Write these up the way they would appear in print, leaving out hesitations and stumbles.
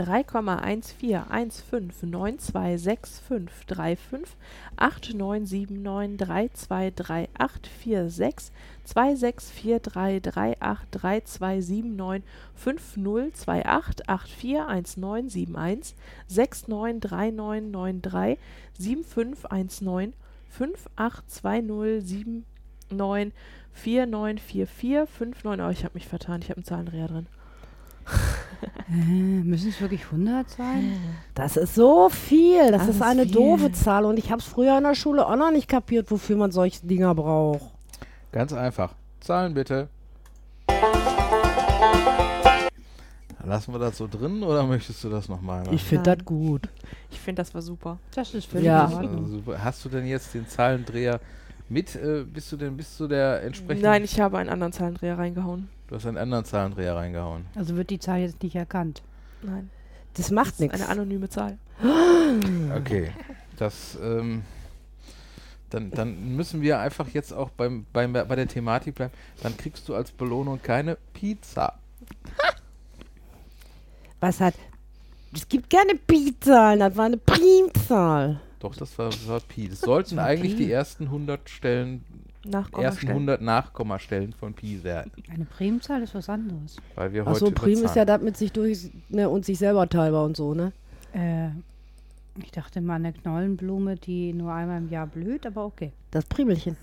3,1415926535 8979323846 2643383279 5028841971 693993 7519 582079 4944 59. Oh, ich habe mich vertan, ich habe einen Zahlendreher drin. Müssen es wirklich 100 sein? Das ist so viel. Das ist eine viel. doofe Zahl. Und ich habe es früher in der Schule auch noch nicht kapiert, wofür man solche Dinger braucht. Ganz einfach. Zahlen bitte. Lassen wir das so drin oder möchtest du das nochmal machen? Ich finde das gut. Ich finde, das war super. Das ist völlig Ja. in Ordnung. Super. Hast du denn jetzt den Zahlendreher mit? Bist du denn bis zu der entsprechenden... Nein, ich habe einen anderen Zahlendreher reingehauen. Du hast einen anderen Zahlendreher reingehauen. Also wird die Zahl jetzt nicht erkannt. Nein, Das das macht ist nichts. eine anonyme Zahl. Okay. Das, dann müssen wir einfach jetzt auch bei der Thematik bleiben. Dann kriegst du als Belohnung keine Pizza. Was hat... Es gibt keine Pi-Zahlen. Das war eine Primzahl. Doch, das war Pi. Das sollten eigentlich die ersten 100 Stellen, ersten 100 Nachkommastellen von Pi sein. Eine Primzahl ist was anderes. Weil wir Achso, heute Prim ist ja überzahlen. das mit sich durch und sich selber teilbar und so, ne? Ich dachte mal eine Knollenblume, die nur einmal im Jahr blüht, aber okay. Das Primelchen.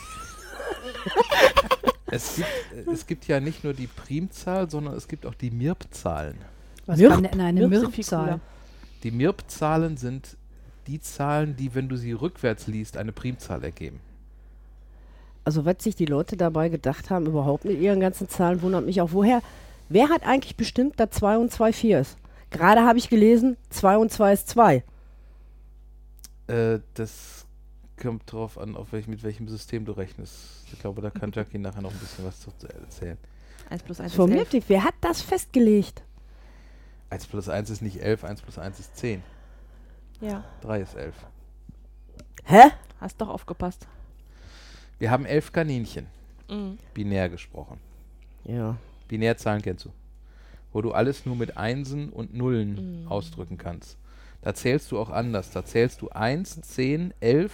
Es gibt ja nicht nur die Primzahl, sondern es gibt auch die Mirb-Zahlen. Was Mirb? kann denn eine Mirb sind viel Mirb-Zahl? cooler. Die Mirb-Zahlen sind die Zahlen, die, wenn du sie rückwärts liest, eine Primzahl ergeben. Also, was sich die Leute dabei gedacht haben, überhaupt mit ihren ganzen Zahlen, wundert mich auch. Wer hat eigentlich bestimmt, dass 2 und 2 4 ist? Gerade habe ich gelesen, 2 und 2 ist 2. Das kommt drauf an, mit welchem System du rechnest. Ich glaube, da kann Jackie nachher noch ein bisschen was zu erzählen. 1 plus 1 ist Vom 11. Liptig, wer hat das festgelegt? 1 plus 1 ist nicht 11, 1 plus 1 ist 10. Ja, 3 ist 11. Hä? hast doch aufgepasst. Wir haben 11 Kaninchen, Mhm. binär gesprochen. Ja. Binärzahlen kennst du. Wo du alles nur mit Einsen und Nullen ausdrücken kannst. Da zählst du auch anders. Da zählst du 1, 10, 11,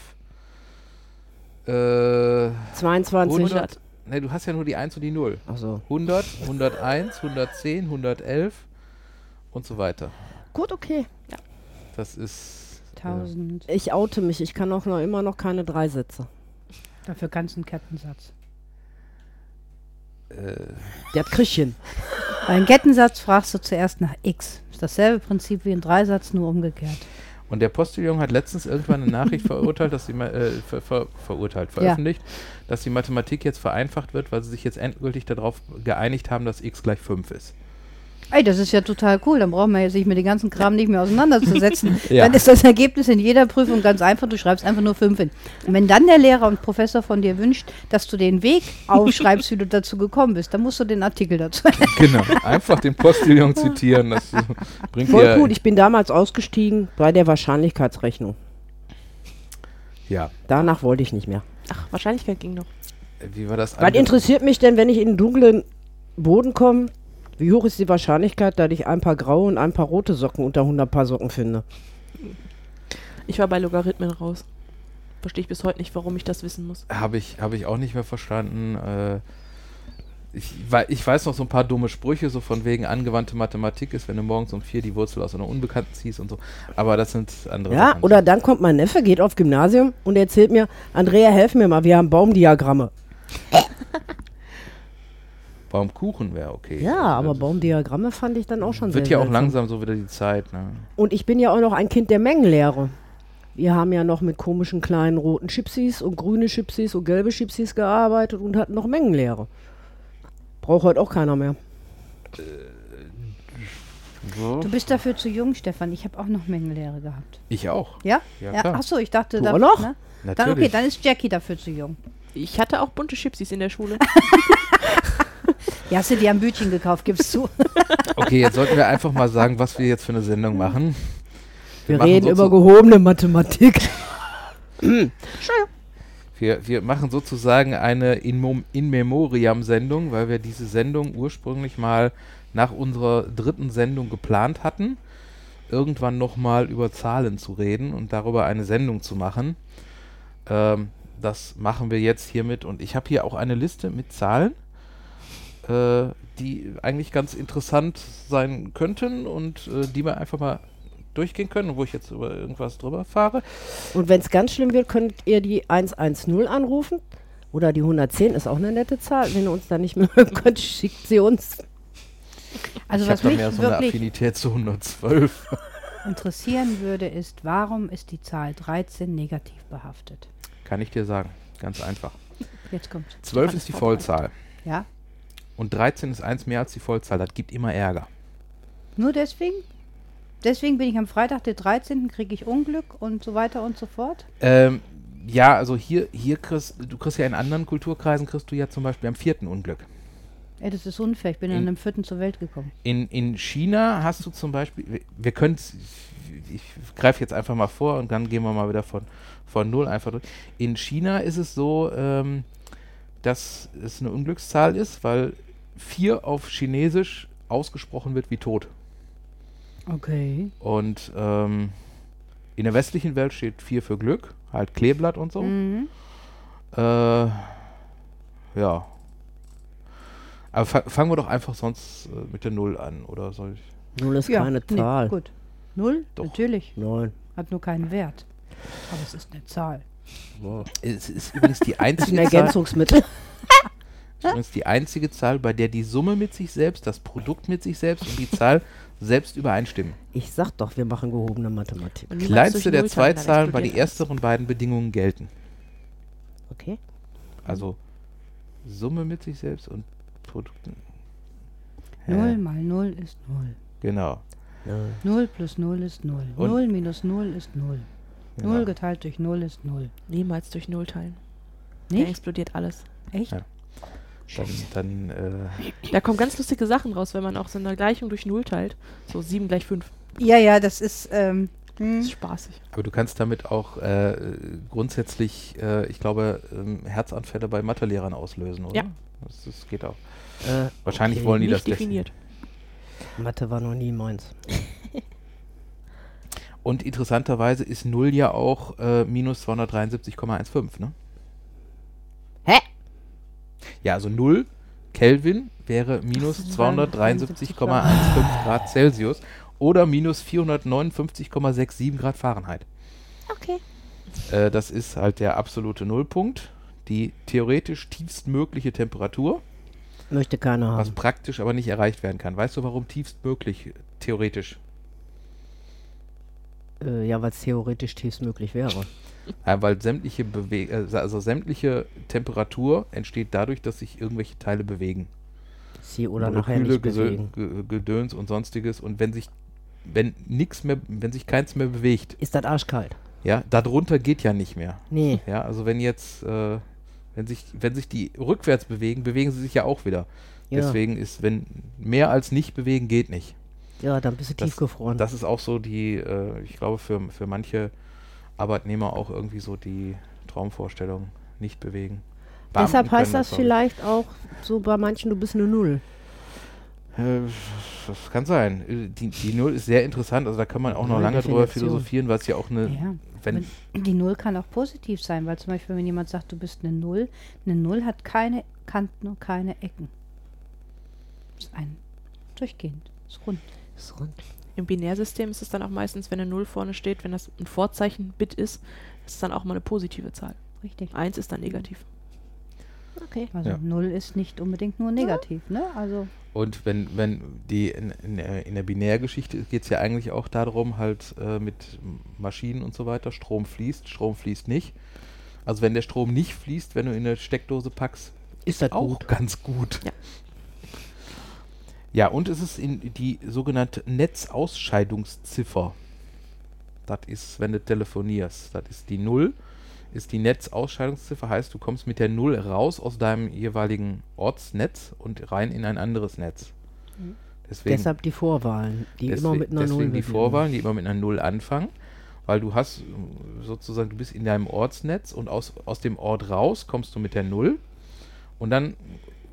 22. 100. Ne, du hast ja nur die 1 und die 0. Achso. 100, 101, 110, 111 und so weiter. Gut, okay. Das ist... 1000. Ich oute mich. Ich kann auch noch immer noch keine 3 Sätze. Dafür kannst du einen Kettensatz. Der hat Kriechchen. Bei einem Kettensatz fragst du zuerst nach X. Ist dasselbe Prinzip wie ein Dreisatz, nur umgekehrt. Und der Postillon hat letztens irgendwann eine Nachricht veröffentlicht, dass die Mathematik jetzt vereinfacht wird, weil sie sich jetzt endgültig darauf geeinigt haben, dass x gleich 5 ist. Ey, das ist ja total cool. Dann braucht man sich mit dem ganzen Kram nicht mehr auseinanderzusetzen. Ja. Dann ist das Ergebnis in jeder Prüfung ganz einfach. Du schreibst einfach nur 5 hin. Und wenn dann der Lehrer und Professor von dir wünscht, dass du den Weg aufschreibst, wie du dazu gekommen bist, dann musst du den Artikel dazu. Genau, einfach den Postillon zitieren. Das bringt Voll dir... gut. Ich bin damals ausgestiegen bei der Wahrscheinlichkeitsrechnung. Ja, Danach wollte ich nicht mehr. Ach, Wahrscheinlichkeit ging noch. wie war das? Was interessiert mich denn, wenn ich in einen dunklen Boden komme? Wie hoch ist die Wahrscheinlichkeit, dass ich ein paar graue und ein paar rote Socken unter 100 Paar Socken finde? Ich war bei Logarithmen raus. Verstehe ich bis heute nicht, warum ich das wissen muss. Habe ich auch nicht mehr verstanden. Ich weiß noch so ein paar dumme Sprüche, so von wegen angewandte Mathematik ist, wenn du morgens um 4 die Wurzel aus einer Unbekannten ziehst und so. Aber das sind andere Ja, Sachen. oder dann kommt mein Neffe, geht auf Gymnasium und erzählt mir, Andrea, helf mir mal, wir haben Baumdiagramme. Baumkuchen wäre okay. Ja, aber das Baumdiagramme fand ich dann auch schon wird sehr ja auch seltsam. langsam so wieder die Zeit. Ne? Und ich bin ja auch noch ein Kind der Mengenlehre. Wir haben ja noch mit komischen kleinen roten Chipsies und grüne Chipsies und gelbe Chipsies gearbeitet und hatten noch Mengenlehre. Braucht heute auch keiner mehr. So. Du bist dafür zu jung, Stefan. Ich habe auch noch Mengenlehre gehabt. Ich auch. Ja? Ja, klar. Achso, ich dachte... Du da- auch noch? Ne? Dann, Natürlich. okay, dann ist Jackie dafür zu jung. Ich hatte auch bunte Chipsies in der Schule. Ja, hast du dir ein Bütchen gekauft, gibst zu. Okay, jetzt sollten wir einfach mal sagen, was wir jetzt für eine Sendung machen. Wir machen reden über sozu- gehobene Mathematik. Wir machen sozusagen eine In-Memoriam-Sendung, weil wir diese Sendung ursprünglich mal nach unserer 3. Sendung geplant hatten. irgendwann nochmal über Zahlen zu reden und darüber eine Sendung zu machen. Das machen wir jetzt hiermit. Und ich habe hier auch eine Liste mit Zahlen, die eigentlich ganz interessant sein könnten und die wir einfach mal durchgehen können, wo ich jetzt über irgendwas drüber fahre. Und wenn es ganz schlimm wird, könnt ihr die 110 anrufen. Oder die 110 ist auch eine nette Zahl. Wenn ihr uns da nicht mehr hören könnt, schickt sie uns. Also Ich was habe da mich mehr so eine wirklich Affinität zu 112. interessieren würde, ist, warum ist die Zahl 13 negativ behaftet? Kann ich dir sagen. Ganz einfach. Jetzt kommt. 12 ist die Vollzahl. Ja? Und 13 ist eins mehr als die Vollzahl. Das gibt immer Ärger. Nur deswegen? Deswegen bin ich am Freitag, der 13., kriege ich Unglück und so weiter und so fort? Ja, also hier du kriegst ja in anderen Kulturkreisen, kriegst du ja zum Beispiel am 4. Unglück. Ey, das ist unfair. Ich bin an dem 4. zur Welt gekommen. In China hast du zum Beispiel, wir können ich greife jetzt einfach mal vor und dann gehen wir mal wieder von 0 einfach durch. In China ist es so, dass es eine Unglückszahl ist, weil 4 auf Chinesisch ausgesprochen wird wie tot. Okay. Und in der westlichen Welt steht 4 für Glück, halt Kleeblatt und so. Mhm. Ja. Aber fangen wir doch einfach sonst mit der 0 an, oder soll ich? 0 ist keine Zahl. Nee, gut. 0? Doch. Natürlich. 9. Hat nur keinen Wert. Aber es ist eine Zahl. Wow. Es ist übrigens die Das ist ein einzige Zahl, Ergänzungsmittel. bei der die Summe mit sich selbst, das Produkt mit sich selbst und die Zahl selbst übereinstimmen. Ich sag doch, wir machen gehobene Mathematik. Und niemals Kleinste durch der Null zwei teilen, dann Zahlen bei explodiert den ersteren beiden Bedingungen gelten. Okay. Also Summe mit sich selbst und Produkten. 0 mal 0 ist 0. Genau. 0 plus 0 ist 0. Und- 0 minus 0 ist 0. genau. 0 geteilt durch 0 ist 0. alles. Niemals durch 0 teilen. Dann Nicht? explodiert alles. Echt? Ja. Dann Da kommen ganz lustige Sachen raus, wenn man auch so eine Gleichung durch 0 teilt. So 7 gleich 5. Ja, ja, das ist. Das ist spaßig. aber du kannst damit auch grundsätzlich, ich glaube, Herzanfälle bei Mathelehrern auslösen, oder? Ja. Das geht auch. Äh, Wahrscheinlich okay. wollen die Nicht das deswegen. definiert. Mathe war noch nie meins. Und interessanterweise ist 0 ja auch minus 273,15, ne? Hä? Ja, also 0 Kelvin wäre minus 273,15 Grad Celsius oder minus 459,67 Grad Fahrenheit. Okay. Das ist halt der absolute Nullpunkt, die theoretisch tiefstmögliche Temperatur, Möchte keiner was haben. praktisch aber nicht erreicht werden kann. Weißt du, warum tiefstmöglich theoretisch? Ja, weil es theoretisch tiefstmöglich wäre. Ja, weil sämtliche sämtliche Temperatur entsteht dadurch, dass sich irgendwelche Teile bewegen. Sie oder nachher Moleküle, nicht bewegen. Gedöns und sonstiges. Und wenn sich keins mehr bewegt, Ist das arschkalt? ja, darunter geht ja nicht mehr. Nee. Ja, also wenn jetzt, wenn sich die rückwärts bewegen, bewegen sie sich ja auch wieder. Ja. Deswegen ist, wenn mehr als nicht bewegen, geht nicht. Ja, dann bist du Das- tiefgefroren. Das ist auch so die, ich glaube, für manche Arbeitnehmer auch irgendwie so die Traumvorstellung, nicht bewegen. Deshalb Beamten heißt können das glaub ich. vielleicht auch so bei manchen, du bist eine Null. Das kann sein. Die Null ist sehr interessant, also da kann man auch noch Null lange drüber Definition. philosophieren, weil es ja auch eine, Ja. wenn, Die 0 kann auch positiv sein, weil zum Beispiel, wenn jemand sagt, du bist eine 0 hat keine Kanten und keine Ecken. Ist ein durchgehend, ist rund. Ist rund. Im Binärsystem ist es dann auch meistens, wenn eine 0 vorne steht, wenn das ein Vorzeichen-Bit ist es dann auch mal eine positive Zahl. Richtig. 1 ist dann negativ. Okay. Also Ja. 0 ist nicht unbedingt nur negativ, ne? Also und wenn die in der Binärgeschichte geht es ja eigentlich auch darum, halt mit Maschinen und so weiter, Strom fließt nicht. Also wenn der Strom nicht fließt, wenn du in eine Steckdose packst, Ist das auch gut? ganz gut. Ja. Ja, und es ist in die sogenannte Netzausscheidungsziffer. Das ist, wenn du telefonierst. Das ist die 0, ist die Netzausscheidungsziffer, heißt, du kommst mit der 0 raus aus deinem jeweiligen Ortsnetz und rein in ein anderes Netz. Mhm. Deswegen, Deshalb die Vorwahlen, die immer mit einer Null deswegen die beginnen. Vorwahlen, die immer mit einer 0 anfangen, weil du hast sozusagen, du bist in deinem Ortsnetz und aus dem Ort raus kommst du mit der 0 und dann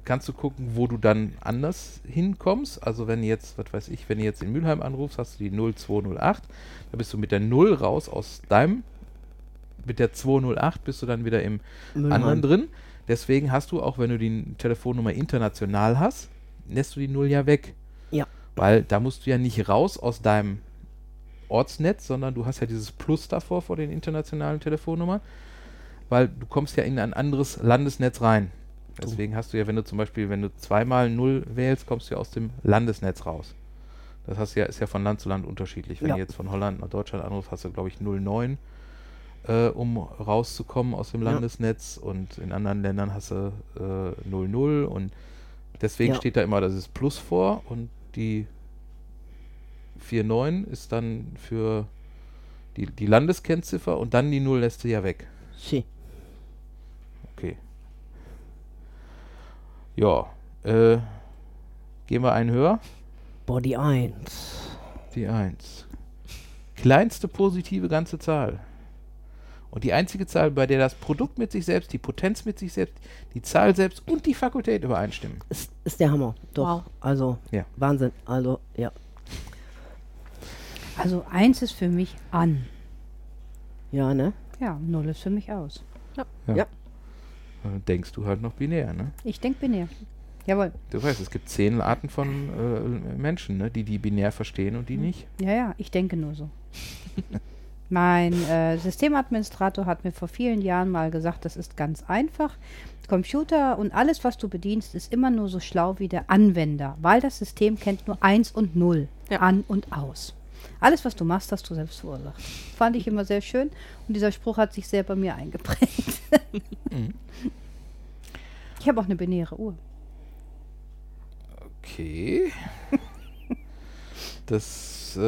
kannst du gucken, wo du dann anders hinkommst. Also wenn jetzt, was weiß ich, wenn du jetzt in Mülheim anrufst, hast du die 0208, da bist du mit der 0 raus aus deinem, mit der 208 bist du dann wieder im anderen drin. Deswegen hast du auch, wenn du die Telefonnummer international hast, lässt du die 0 ja weg. Ja. Weil da musst du ja nicht raus aus deinem Ortsnetz, sondern du hast ja dieses Plus davor vor den internationalen Telefonnummern, weil du kommst ja in ein anderes Landesnetz rein. Deswegen hast du ja, wenn du zum Beispiel, wenn du zweimal 0 wählst, kommst du ja aus dem Landesnetz raus. Das hast ja, ist ja von Land zu Land unterschiedlich. Wenn Ja. du jetzt von Holland nach Deutschland anrufst, hast du, glaube ich, 09, um rauszukommen aus dem Ja. Landesnetz, und in anderen Ländern hast du 00, und deswegen Ja. steht da immer das Plus vor, und die 49 ist dann für die Landeskennziffer, und dann die 0 lässt du ja weg. Si. Okay. Ja, gehen wir einen höher. Body 1. Die 1. Kleinste positive ganze Zahl. Und die einzige Zahl, bei der das Produkt mit sich selbst, die Potenz mit sich selbst, die Zahl selbst und die Fakultät übereinstimmen. Ist der Hammer. Doch. Wow. Also, Ja. Wahnsinn. Also, ja. Also 1 ist für mich an. Ja, ne? Ja, 0 ist für mich aus. Denkst du halt noch binär, ne? Ich denke binär. Jawohl. Du weißt, es gibt 10 Arten von Menschen, ne? Die binär verstehen und die nicht. Ja, ja, ich denke nur so. Mein Systemadministrator hat mir vor vielen Jahren mal gesagt, das ist ganz einfach. Computer und alles, was du bedienst, ist immer nur so schlau wie der Anwender, weil das System kennt nur 1 und 0, Ja. an und aus. Alles, was du machst, hast du selbst verursacht. Fand ich immer sehr schön, und dieser Spruch hat sich sehr bei mir eingeprägt. Mhm. Ich habe auch eine binäre Uhr. Okay. Das,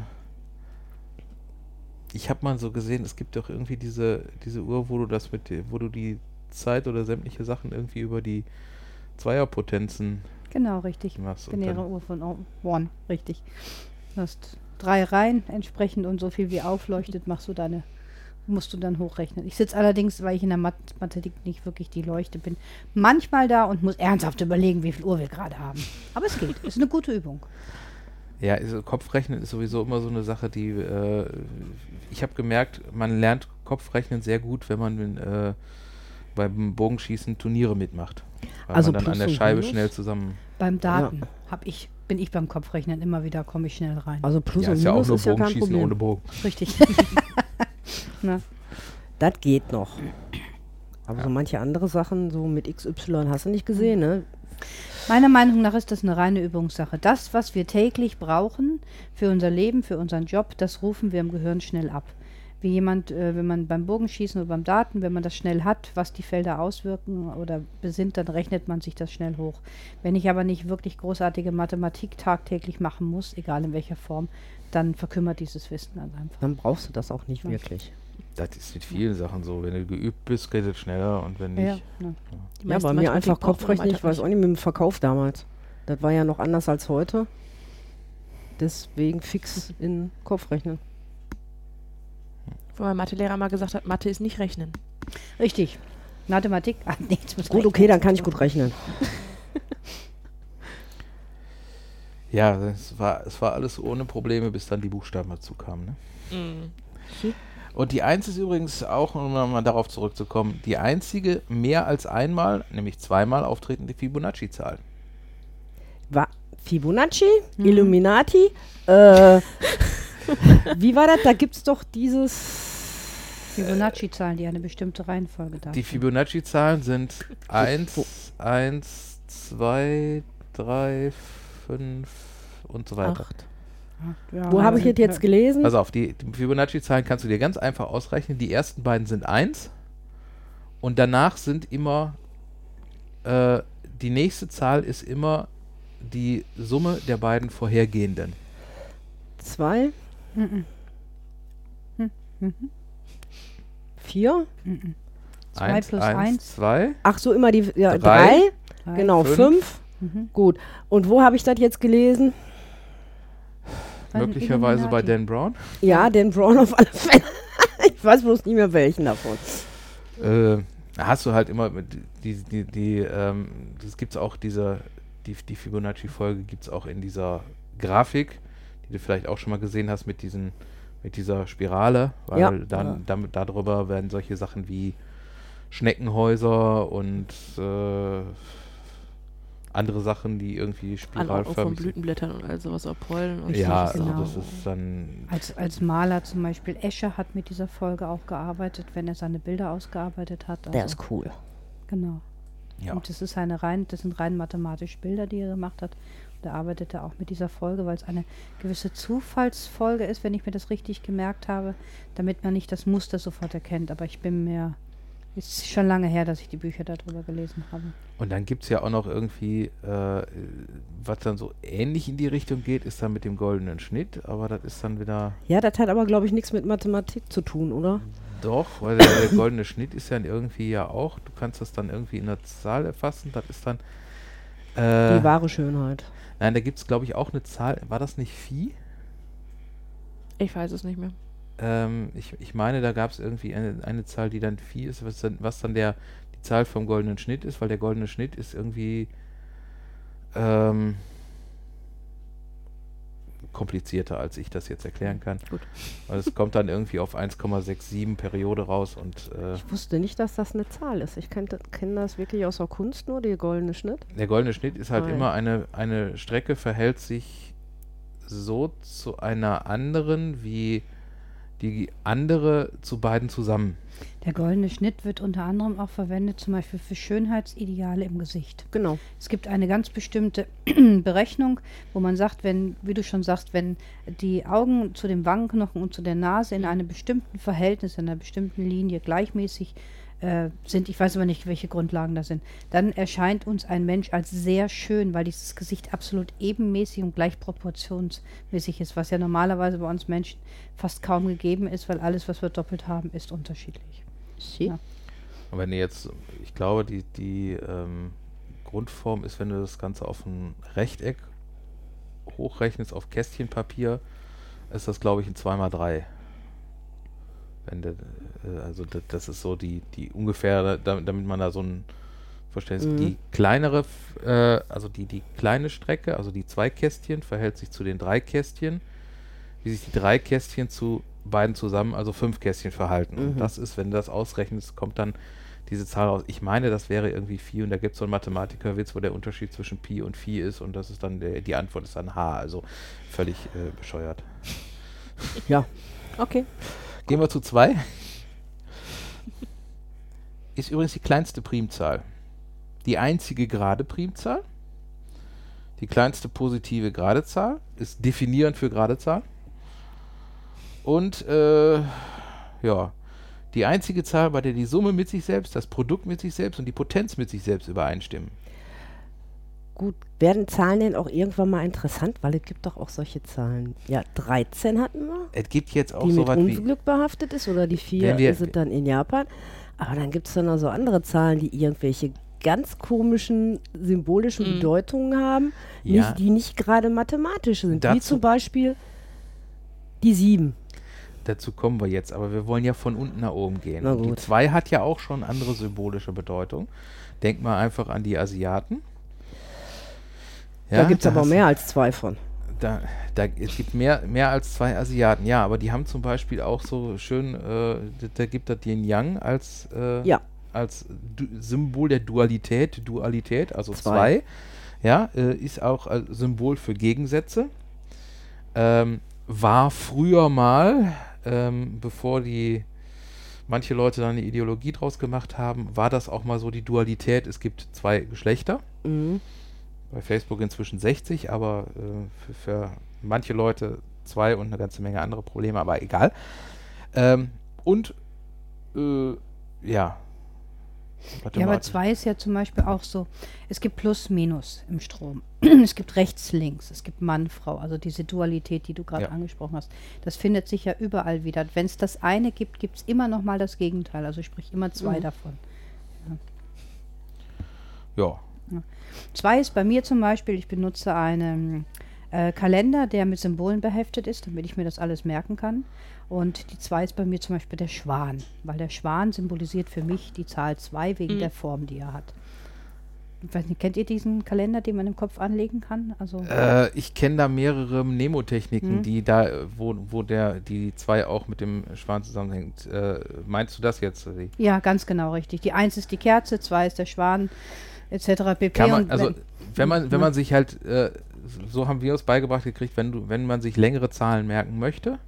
ich habe mal so gesehen, es gibt doch irgendwie diese Uhr, wo du die Zeit oder sämtliche Sachen irgendwie über die Zweierpotenzen Genau, richtig. machst. Und Binäre dann, Uhr von One, richtig. Du hast 3 Reihen entsprechend, und so viel wie aufleuchtet, musst du dann hochrechnen. Ich sitze allerdings, weil ich in der Mathematik nicht wirklich die Leuchte bin, manchmal da und muss ernsthaft überlegen, wie viel Uhr wir gerade haben. Aber es geht, ist eine gute Übung. ja, also Kopfrechnen ist sowieso immer so eine Sache, die ich habe gemerkt, man lernt Kopfrechnen sehr gut, wenn man beim Bogenschießen Turniere mitmacht. Weil Also man dann Plus an der und Scheibe Minus? schnell zusammen. Beim Daten bin ich beim Kopfrechnen immer wieder, komme ich schnell rein. Also Plus Ja, und ist ja auch Minus nur ist ja kein Bogenschießen Problem. ohne Bogen. Richtig. Na, Das geht noch. Aber so manche andere Sachen, so mit XY, hast du nicht gesehen, ne? meiner Meinung nach ist das eine reine Übungssache. Das, was wir täglich brauchen für unser Leben, für unseren Job, das rufen wir im Gehirn schnell ab. Wie jemand, wenn man beim Bogenschießen oder beim Daten, wenn man das schnell hat, was die Felder auswirken oder besinnt, dann rechnet man sich das schnell hoch. Wenn ich aber nicht wirklich großartige Mathematik tagtäglich machen muss, egal in welcher Form, dann verkümmert dieses Wissen dann einfach. Dann brauchst du das auch nicht Ja. wirklich. Das ist mit vielen Sachen so. Wenn du geübt bist, geht es schneller, und wenn nicht. Ja. Die Ja, meiste bei mir Mathematik einfach braucht man Kopfrechnen, im ich weiß Alltag auch nicht, mit dem Verkauf damals. Das war ja noch anders als heute. Deswegen fix in Kopfrechnen. Wo mein Mathelehrer mal gesagt hat, Mathe ist nicht rechnen. Richtig. Mathematik, nichts mit Gut, okay, dann kann ich gut rechnen. Ja, es war alles ohne Probleme, bis dann die Buchstaben dazu kamen. Ne? Und die 1 ist übrigens auch, um mal darauf zurückzukommen, die einzige mehr als einmal, nämlich zweimal auftretende Fibonacci-Zahl. Fibonacci, Illuminati, wie war das? Da gibt es doch dieses... Fibonacci-Zahlen, die eine bestimmte Reihenfolge Die darstellen. Fibonacci-Zahlen sind 1, 1, 2, 3, 5 und so weiter. 8. Ja, Wo habe ich das jetzt gelesen? Pass auf, die Fibonacci-Zahlen kannst du dir ganz einfach ausrechnen. Die ersten beiden sind 1 und danach sind immer, die nächste Zahl ist immer die Summe der beiden vorhergehenden. 2, Mhm. 4. 2 1, plus 1, 1. 2, Ach so, immer die 3. Drei. Genau, 5. 5. Mhm. Gut. Und wo habe ich das jetzt gelesen? Bei den möglicherweise bei Illuminati. Dan Brown. Ja, den Brown auf alle Fälle. Ich weiß bloß nicht mehr welchen davon. Da hast du halt immer das gibt's auch die Fibonacci-Folge gibt's auch in dieser Grafik, die du vielleicht auch schon mal gesehen hast mit dieser Spirale, weil Ja. darüber werden solche Sachen wie Schneckenhäuser und andere Sachen, die irgendwie An spiralförmig von sind. Blütenblättern und all sowas auch Pollen und Ja, solche genau. also das ist dann Als Maler zum Beispiel, Escher hat mit dieser Folge auch gearbeitet, wenn er seine Bilder ausgearbeitet hat. Der Also, ist cool. genau. ja. Und das sind rein mathematische Bilder, die er gemacht hat. Da arbeitet er auch mit dieser Folge, weil es eine gewisse Zufallsfolge ist, wenn ich mir das richtig gemerkt habe, damit man nicht das Muster sofort erkennt. Aber ist schon lange her, dass ich die Bücher darüber gelesen habe. Und dann gibt es ja auch noch irgendwie, was dann so ähnlich in die Richtung geht, ist dann mit dem goldenen Schnitt, aber das ist dann wieder Ja, das hat aber, glaube ich, nichts mit Mathematik zu tun, oder? doch, weil der goldene Schnitt ist ja irgendwie ja auch, du kannst das dann irgendwie in der Zahl erfassen, das ist dann Die wahre Schönheit. nein, da gibt es glaube ich auch eine Zahl, war das nicht Phi? Ich weiß es nicht mehr. Ich meine, da gab es irgendwie eine Zahl, die dann Phi ist, was dann die Zahl vom goldenen Schnitt ist, weil der goldene Schnitt ist irgendwie komplizierter, als ich das jetzt erklären kann. Gut. Weil es kommt dann irgendwie auf 1,67 Periode raus und Ich wusste nicht, dass das eine Zahl ist. Ich kenne das wirklich aus der Kunst nur, der goldene Schnitt. der goldene Schnitt ist halt Nein. immer eine Strecke verhält sich so zu einer anderen, wie die andere zu beiden zusammen. Der goldene Schnitt wird unter anderem auch verwendet, zum Beispiel für Schönheitsideale im Gesicht. Genau. Es gibt eine ganz bestimmte Berechnung, wo man sagt, wie du schon sagst, wenn die Augen zu den Wangenknochen und zu der Nase in einem bestimmten Verhältnis, in einer bestimmten Linie gleichmäßig sind, ich weiß aber nicht, welche Grundlagen das sind, dann erscheint uns ein Mensch als sehr schön, weil dieses Gesicht absolut ebenmäßig und gleich proportionsmäßig ist, was ja normalerweise bei uns Menschen fast kaum gegeben ist, weil alles, was wir doppelt haben, ist unterschiedlich. Ja. Und wenn du jetzt, ich glaube, die Grundform ist, wenn du das Ganze auf ein Rechteck hochrechnest, auf Kästchenpapier, ist das, glaube ich, ein 2x3. Also das ist so die ungefähr, damit man da so ein Verständnis, die kleinere, also die kleine Strecke, also die 2 Kästchen, verhält sich zu den 3 Kästchen, wie sich die 3 Kästchen zu beiden zusammen, also 5 Kästchen verhalten. Und das ist, wenn du das ausrechnest, kommt dann diese Zahl raus. Ich meine, das wäre irgendwie Phi und da gibt es so einen Mathematikerwitz, wo der Unterschied zwischen Pi und Phi ist und das ist dann, die Antwort ist dann H, also völlig bescheuert. Ja. Okay. Gehen wir zu 2. Ist übrigens die kleinste Primzahl. Die einzige gerade Primzahl. Die kleinste positive gerade Zahl. Ist definierend für gerade Zahl. Und ja, die einzige Zahl, bei der die Summe mit sich selbst, das Produkt mit sich selbst und die Potenz mit sich selbst übereinstimmen. Gut, werden Zahlen denn auch irgendwann mal interessant? Weil es gibt doch auch solche Zahlen. Ja, 13 hatten wir, Es gibt jetzt auch die so mit was wie... Unglück behaftet ist, oder die 4 Wenn wir- ist es dann in Japan. Aber dann gibt es dann noch so andere Zahlen, die irgendwelche ganz komischen symbolischen Bedeutungen haben, Ja. die nicht gerade mathematisch sind. Wie Dazu- zum Beispiel die 7. Dazu kommen wir jetzt, aber wir wollen ja von unten nach oben gehen. Na Und die gut. 2 hat ja auch schon andere symbolische Bedeutung. Denk mal einfach an die Asiaten. Da gibt es aber hast- mehr als 2 von. Es gibt mehr als 2 Asiaten, ja, aber die haben zum Beispiel auch so schön, da gibt das Yin Yang als, Ja. als Symbol der Dualität, also 2. Zwei. Ja, ist auch als Symbol für Gegensätze. War früher mal, bevor manche Leute dann eine Ideologie draus gemacht haben, war das auch mal so die Dualität, es gibt 2 Geschlechter. Mhm. Bei Facebook inzwischen 60, aber für manche Leute 2 und eine ganze Menge andere Probleme, aber egal. Ja. Warte Ja, mal. aber 2 ist ja zum Beispiel auch so, es gibt Plus, Minus im Strom. Es gibt rechts, links, es gibt Mann, Frau, also diese Dualität, die du gerade Ja. angesprochen hast. Das findet sich ja überall wieder. Wenn es das eine gibt, gibt es immer noch mal das Gegenteil, also sprich immer 2 davon. Ja. 2 ist bei mir zum Beispiel, ich benutze eine Kalender, der mit Symbolen beheftet ist, damit ich mir das alles merken kann. Und die 2 ist bei mir zum Beispiel der Schwan, weil der Schwan symbolisiert für mich die Zahl 2 wegen der Form, die er hat. Ich weiß nicht, kennt ihr diesen Kalender, den man im Kopf anlegen kann? Also Ich kenne da mehrere Mnemotechniken, die da, wo die 2 auch mit dem Schwan zusammenhängt. Meinst du das jetzt? ja, ganz genau richtig. Die 1 ist die Kerze, 2 ist der Schwan, etc. pp. Kann man, Und also wenn man sich halt, so haben wir es beigebracht gekriegt, wenn man sich längere Zahlen merken möchte,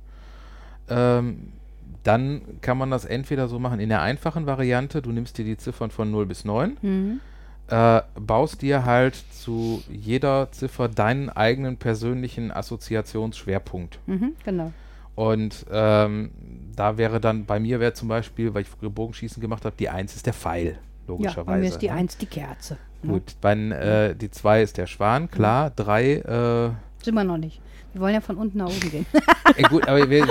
dann kann man das entweder so machen in der einfachen Variante, du nimmst dir die Ziffern von 0 bis 9, baust dir halt zu jeder Ziffer deinen eigenen persönlichen Assoziationsschwerpunkt. genau. Und da wäre dann, bei mir wäre zum Beispiel, weil ich früher Bogenschießen gemacht habe, die 1 ist der Pfeil, logischerweise. Ja, bei mir ist die 1 die Kerze. Gut, dann die 2 ist der Schwan, klar, 3 Sind wir noch nicht. Wir wollen ja von unten nach oben gehen. gut, aber wir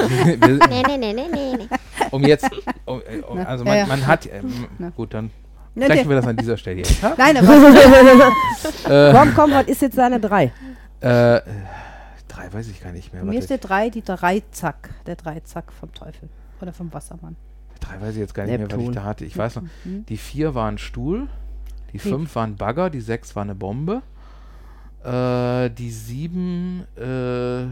Nee. um jetzt, also man hat, gut, dann sprechen wir das an dieser Stelle jetzt. Ha? Nein, aber Komm, was ist jetzt deine 3? 3 weiß ich gar nicht mehr. bei mir ist der 3 die Dreizack. Der Dreizack vom Teufel. Oder vom Wassermann. 3 weiß ich jetzt gar nicht mehr, was ich Neptun. da hatte. Ich weiß noch, die 4 war ein Stuhl, die 5 war ein Bagger, die 6 war eine Bombe, die 7, weiß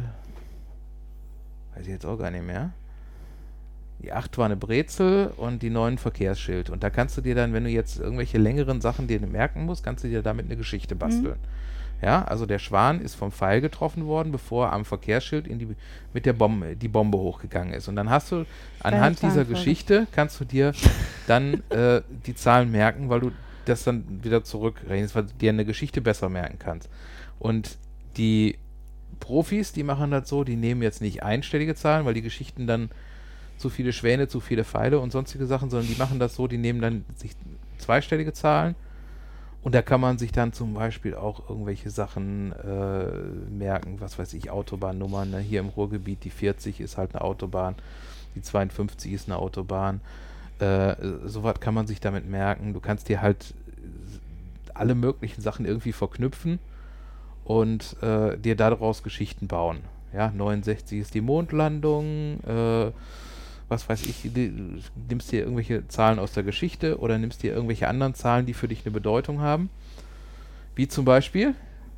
ich jetzt auch gar nicht mehr. Die 8 war eine Brezel und die 9 ein Verkehrsschild. Und da kannst du dir dann, wenn du jetzt irgendwelche längeren Sachen dir merken musst, kannst du dir damit eine Geschichte basteln. Ja, also der Schwan ist vom Pfeil getroffen worden, bevor er am Verkehrsschild mit der Bombe, die Bombe hochgegangen ist. Und dann hast du anhand dieser Geschichte, kannst du dir dann die Zahlen merken, weil du das dann wieder zurückrechnest, weil du dir eine Geschichte besser merken kannst. Und die Profis, die machen das so, die nehmen jetzt nicht einstellige Zahlen, weil die Geschichten dann zu viele Schwäne, zu viele Pfeile und sonstige Sachen, sondern die machen das so, die nehmen dann sich zweistellige Zahlen und da kann man sich dann zum Beispiel auch irgendwelche Sachen merken, was weiß ich, Autobahnnummern, ne? Hier im Ruhrgebiet die 40 ist halt eine Autobahn, die 52 ist eine Autobahn, sowas kann man sich damit merken. Du kannst dir halt alle möglichen Sachen irgendwie verknüpfen und dir daraus Geschichten bauen. Ja, 69 ist die Mondlandung, was weiß ich, nimmst dir irgendwelche Zahlen aus der Geschichte oder nimmst dir irgendwelche anderen Zahlen, die für dich eine Bedeutung haben. Wie zum Beispiel?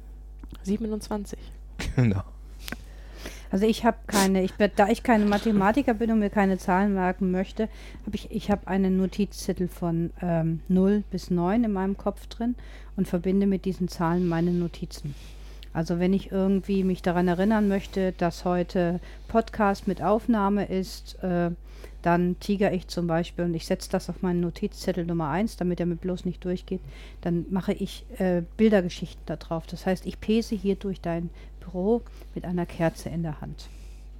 27. Genau. Also da ich keine Mathematiker bin und mir keine Zahlen merken möchte, ich habe einen Notizzettel von 0 bis 9 in meinem Kopf drin und verbinde mit diesen Zahlen meine Notizen. Also wenn ich irgendwie mich daran erinnern möchte, dass heute Podcast mit Aufnahme ist, dann tigere ich zum Beispiel und ich setze das auf meinen Notizzettel Nummer 1, damit er mir bloß nicht durchgeht, dann mache ich Bildergeschichten da drauf. Das heißt, ich pese hier durch dein Büro mit einer Kerze in der Hand.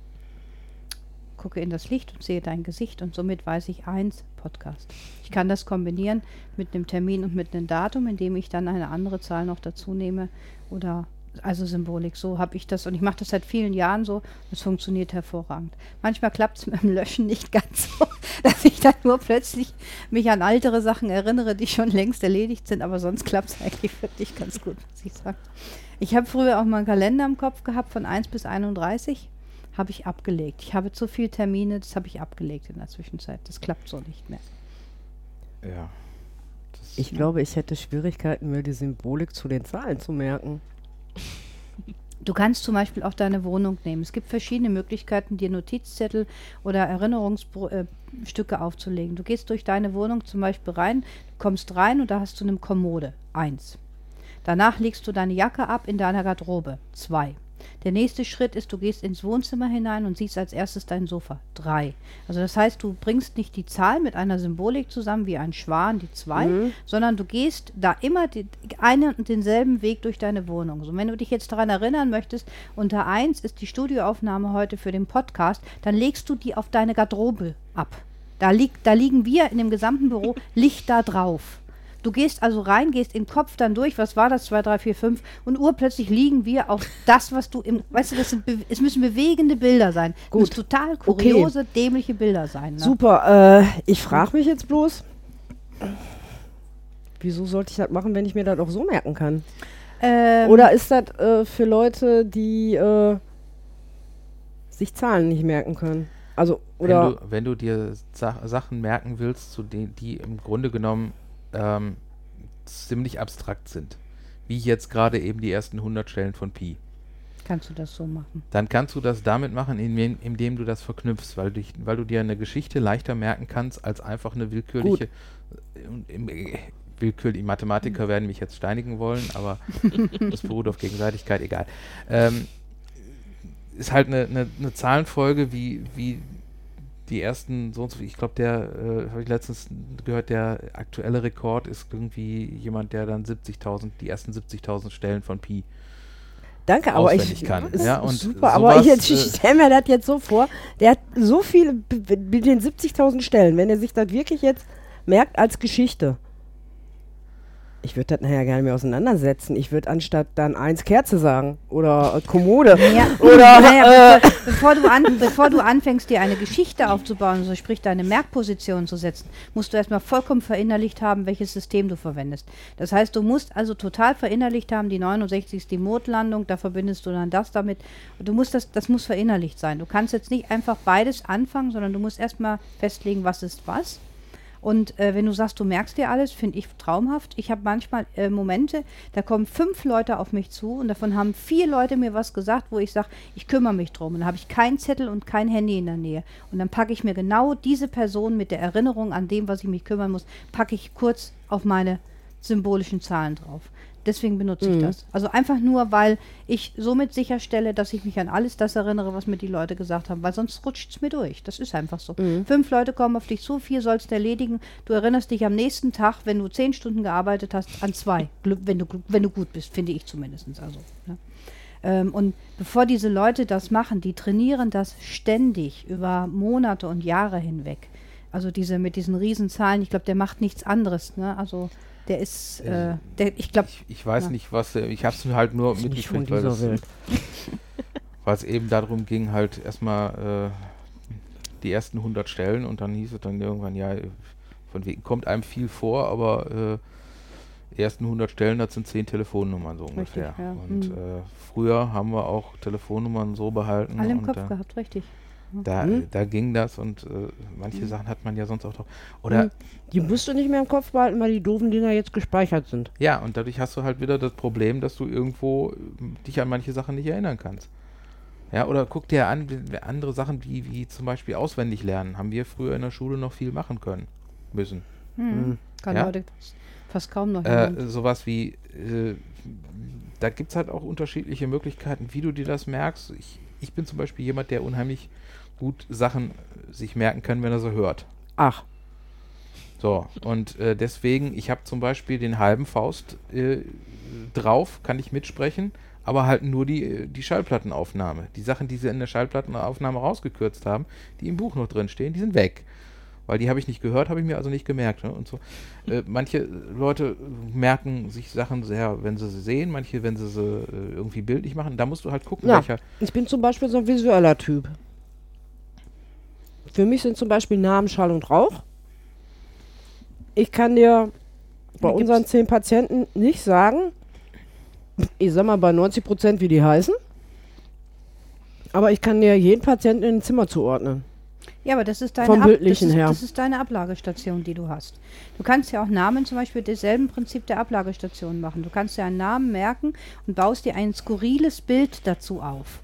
Gucke in das Licht und sehe dein Gesicht und somit weiß ich 1, Podcast. Ich kann das kombinieren mit einem Termin und mit einem Datum, indem ich dann eine andere Zahl noch dazu nehme oder also Symbolik, so habe ich das und ich mache das seit vielen Jahren so, das funktioniert hervorragend. Manchmal klappt es mit dem Löschen nicht ganz so, dass ich dann nur plötzlich mich an ältere Sachen erinnere, die schon längst erledigt sind, aber sonst klappt es eigentlich wirklich ganz gut, muss ich sagen. Ich habe früher auch mal einen Kalender im Kopf gehabt von 1 bis 31, habe ich abgelegt. Ich habe zu viele Termine, das habe ich abgelegt in der Zwischenzeit. Das klappt so nicht mehr. Ja. Ich glaube, ich hätte Schwierigkeiten, mir die Symbolik zu den Zahlen zu merken. Du kannst zum Beispiel auch deine Wohnung nehmen. Es gibt verschiedene Möglichkeiten, dir Notizzettel oder Erinnerungsstücke aufzulegen. Du gehst durch deine Wohnung zum Beispiel rein, kommst rein und da hast du eine Kommode, 1. Danach legst du deine Jacke ab in deiner Garderobe, 2. Der nächste Schritt ist, du gehst ins Wohnzimmer hinein und siehst als erstes dein Sofa, 3. Also das heißt, du bringst nicht die Zahl mit einer Symbolik zusammen wie ein Schwan, die 2, sondern du gehst da immer einen und denselben Weg durch deine Wohnung. So, wenn du dich jetzt daran erinnern möchtest, unter 1 ist die Studioaufnahme heute für den Podcast, dann legst du die auf deine Garderobe ab. Da liegen wir in dem gesamten Büro, Licht da drauf. Du gehst also rein, gehst im Kopf dann durch, was war das, 2, 3, 4, 5 und urplötzlich liegen wir auf das, was du weißt du, es müssen bewegende Bilder sein. Gut. Es müssen total kuriose, dämliche Bilder sein. Ne? Super, ich frage mich jetzt bloß, wieso sollte ich das machen, wenn ich mir das auch so merken kann? Oder ist das für Leute, die sich Zahlen nicht merken können? Also, oder Wenn du dir Sachen merken willst, die im Grunde genommen ziemlich abstrakt sind, wie jetzt gerade eben die ersten 100 Stellen von Pi, kannst du das so machen? dann kannst du das damit machen, indem du das verknüpfst, weil du dir eine Geschichte leichter merken kannst, als einfach eine willkürliche... willkürlich, Mathematiker werden mich jetzt steinigen wollen, aber das beruht auf Gegenseitigkeit, egal. Ist halt eine Zahlenfolge, wie die ersten, so und so, ich glaube, habe ich letztens gehört, der aktuelle Rekord ist irgendwie jemand, der dann die ersten 70.000 Stellen von Pi danke, aber auswendig kann. ist Ja, und super, aber sowas, ich stelle mir das jetzt so vor, der hat so viele, mit den 70.000 Stellen, wenn er sich das wirklich jetzt merkt als Geschichte. Ich würde das nachher gerne mehr auseinandersetzen. Ich würde anstatt dann 1 Kerze sagen oder Kommode. Ja. Oder Bevor du anfängst, dir eine Geschichte aufzubauen, so sprich deine Merkposition zu setzen, musst du erstmal vollkommen verinnerlicht haben, welches System du verwendest. Das heißt, du musst also total verinnerlicht haben, die 69 ist die Mondlandung, da verbindest du dann das damit. Und das muss verinnerlicht sein. Du kannst jetzt nicht einfach beides anfangen, sondern du musst erstmal festlegen, was ist was. Und wenn du sagst, du merkst dir alles, finde ich traumhaft. Ich habe manchmal Momente, da kommen 5 Leute auf mich zu und davon haben 4 Leute mir was gesagt, wo ich sage, ich kümmere mich drum. Und dann habe ich keinen Zettel und kein Handy in der Nähe. Und dann packe ich mir genau diese Person mit der Erinnerung an dem, was ich mich kümmern muss, packe ich kurz auf meine symbolischen Zahlen drauf. Deswegen benutze ich das. Also einfach nur, weil ich somit sicherstelle, dass ich mich an alles das erinnere, was mir die Leute gesagt haben, weil sonst rutscht es mir durch. Das ist einfach so. 5 Leute kommen auf dich zu, 4 sollst du erledigen. Du erinnerst dich am nächsten Tag, wenn du 10 Stunden gearbeitet hast, an 2. Wenn du gut bist, finde ich zumindest. Also, ja. Und bevor diese Leute das machen, die trainieren das ständig über Monate und Jahre hinweg. Also mit diesen Riesenzahlen, ich glaube, der macht nichts anderes. Ne? Also der ist, ich glaube... Ich weiß nicht, ich habe es halt nur mitgekriegt, weil es eben darum ging, halt erstmal die ersten 100 Stellen und dann hieß es dann irgendwann, ja, von wegen kommt einem viel vor, aber die ersten 100 Stellen, das sind 10 Telefonnummern so ungefähr. Richtig, ja. Und früher haben wir auch Telefonnummern so behalten. Alle im Kopf gehabt, richtig. Da ging das und manche Sachen hat man ja sonst auch drauf. Oder die musst du nicht mehr im Kopf behalten, weil die doofen Dinger jetzt gespeichert sind. ja, und dadurch hast du halt wieder das Problem, dass du irgendwo dich an manche Sachen nicht erinnern kannst. Ja, oder guck dir an, andere Sachen wie zum Beispiel auswendig lernen, haben wir früher in der Schule noch viel machen müssen. Kann Ja? heute fast kaum noch jemand. Sowas wie, da gibt es halt auch unterschiedliche Möglichkeiten, wie du dir das merkst. Ich bin zum Beispiel jemand, der unheimlich gut Sachen sich merken kann, wenn er sie hört. Ach. So, und deswegen, ich habe zum Beispiel den halben Faust drauf, kann ich mitsprechen, aber halt nur die Schallplattenaufnahme. Die Sachen, die sie in der Schallplattenaufnahme rausgekürzt haben, die im Buch noch drin stehen, die sind weg. Weil die habe ich nicht gehört, habe ich mir also nicht gemerkt. Ne? Und so. Manche Leute merken sich Sachen sehr, wenn sie sehen, manche, wenn sie irgendwie bildlich machen. Da musst du halt gucken, Ja, welcher... ich bin zum Beispiel so ein visueller Typ. Für mich sind zum Beispiel Namen, Schall und Rauch. Ich kann dir bei unseren 10 Patienten nicht sagen, ich sag mal bei 90%, wie die heißen, aber ich kann dir jeden Patienten in ein Zimmer zuordnen. Ja, aber das ist vom Bildlichen her. Das ist deine Ablagestation, die du hast. Du kannst ja auch Namen zum Beispiel desselben Prinzip der Ablagestation machen. Du kannst ja einen Namen merken und baust dir ein skurriles Bild dazu auf.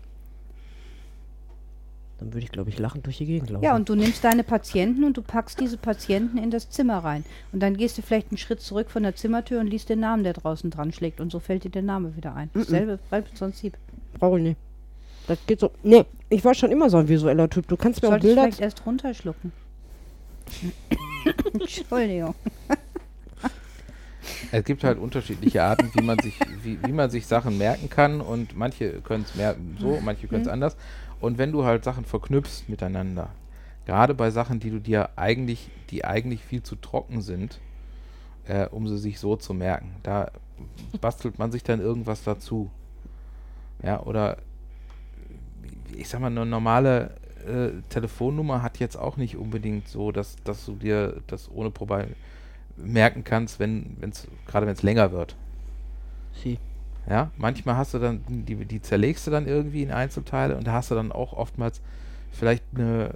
Dann würde ich, glaube ich, lachend durch die Gegend laufen. Ja, und du nimmst deine Patienten und du packst diese Patienten in das Zimmer rein. Und dann gehst du vielleicht einen Schritt zurück von der Zimmertür und liest den Namen, der draußen dran schlägt. Und so fällt dir der Name wieder ein. Dasselbe Prinzip. Brauche ich nicht. Das geht so. Nee, ich war schon immer so ein visueller Typ. Du kannst mir auch Solltest du Bilder... vielleicht erst runterschlucken. Entschuldigung. Es gibt halt unterschiedliche Arten, wie man sich Sachen merken kann, und manche können es merken so, manche können es anders. Und wenn du halt Sachen verknüpfst miteinander, gerade bei Sachen, die eigentlich viel zu trocken sind, um sie sich so zu merken, da bastelt man sich dann irgendwas dazu. Ja, oder ich sag mal, eine normale Telefonnummer hat jetzt auch nicht unbedingt so, dass du dir das ohne Probleme merken kannst, gerade wenn es länger wird. Sie. Ja, manchmal hast du dann, die zerlegst du dann irgendwie in Einzelteile und da hast du dann auch oftmals vielleicht eine,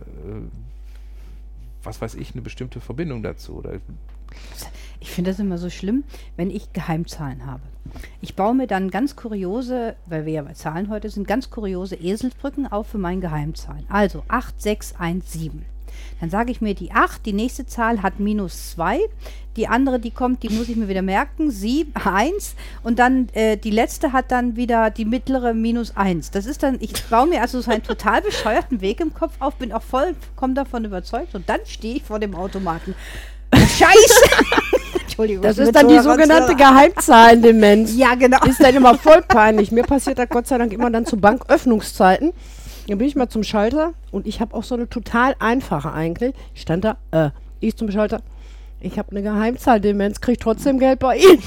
was weiß ich, eine bestimmte Verbindung dazu. Oder Ich finde das immer so schlimm, wenn ich Geheimzahlen habe. Ich baue mir dann ganz kuriose, weil wir ja bei Zahlen heute sind, ganz kuriose Eselsbrücken auf für meine Geheimzahlen. Also 8617. Dann sage ich mir, die 8, die nächste Zahl hat -2. Die andere, die kommt, die muss ich mir wieder merken, 1. Und dann die letzte hat dann wieder die mittlere -1. Das ist dann, ich baue mir also so einen total bescheuerten Weg im Kopf auf, bin auch vollkommen davon überzeugt. Und dann stehe ich vor dem Automaten. Scheiße! Entschuldigung. Das ist dann die sogenannte Geheimzahlendemenz. Ja, genau. Ist dann immer voll peinlich. Mir passiert das Gott sei Dank immer dann zu Banköffnungszeiten. Dann bin ich mal zum Schalter und ich habe auch so eine total einfache eigentlich. Ich stand da, ich zum Schalter, ich habe eine Geheimzahldemenz, kriege trotzdem Geld bei Ihnen.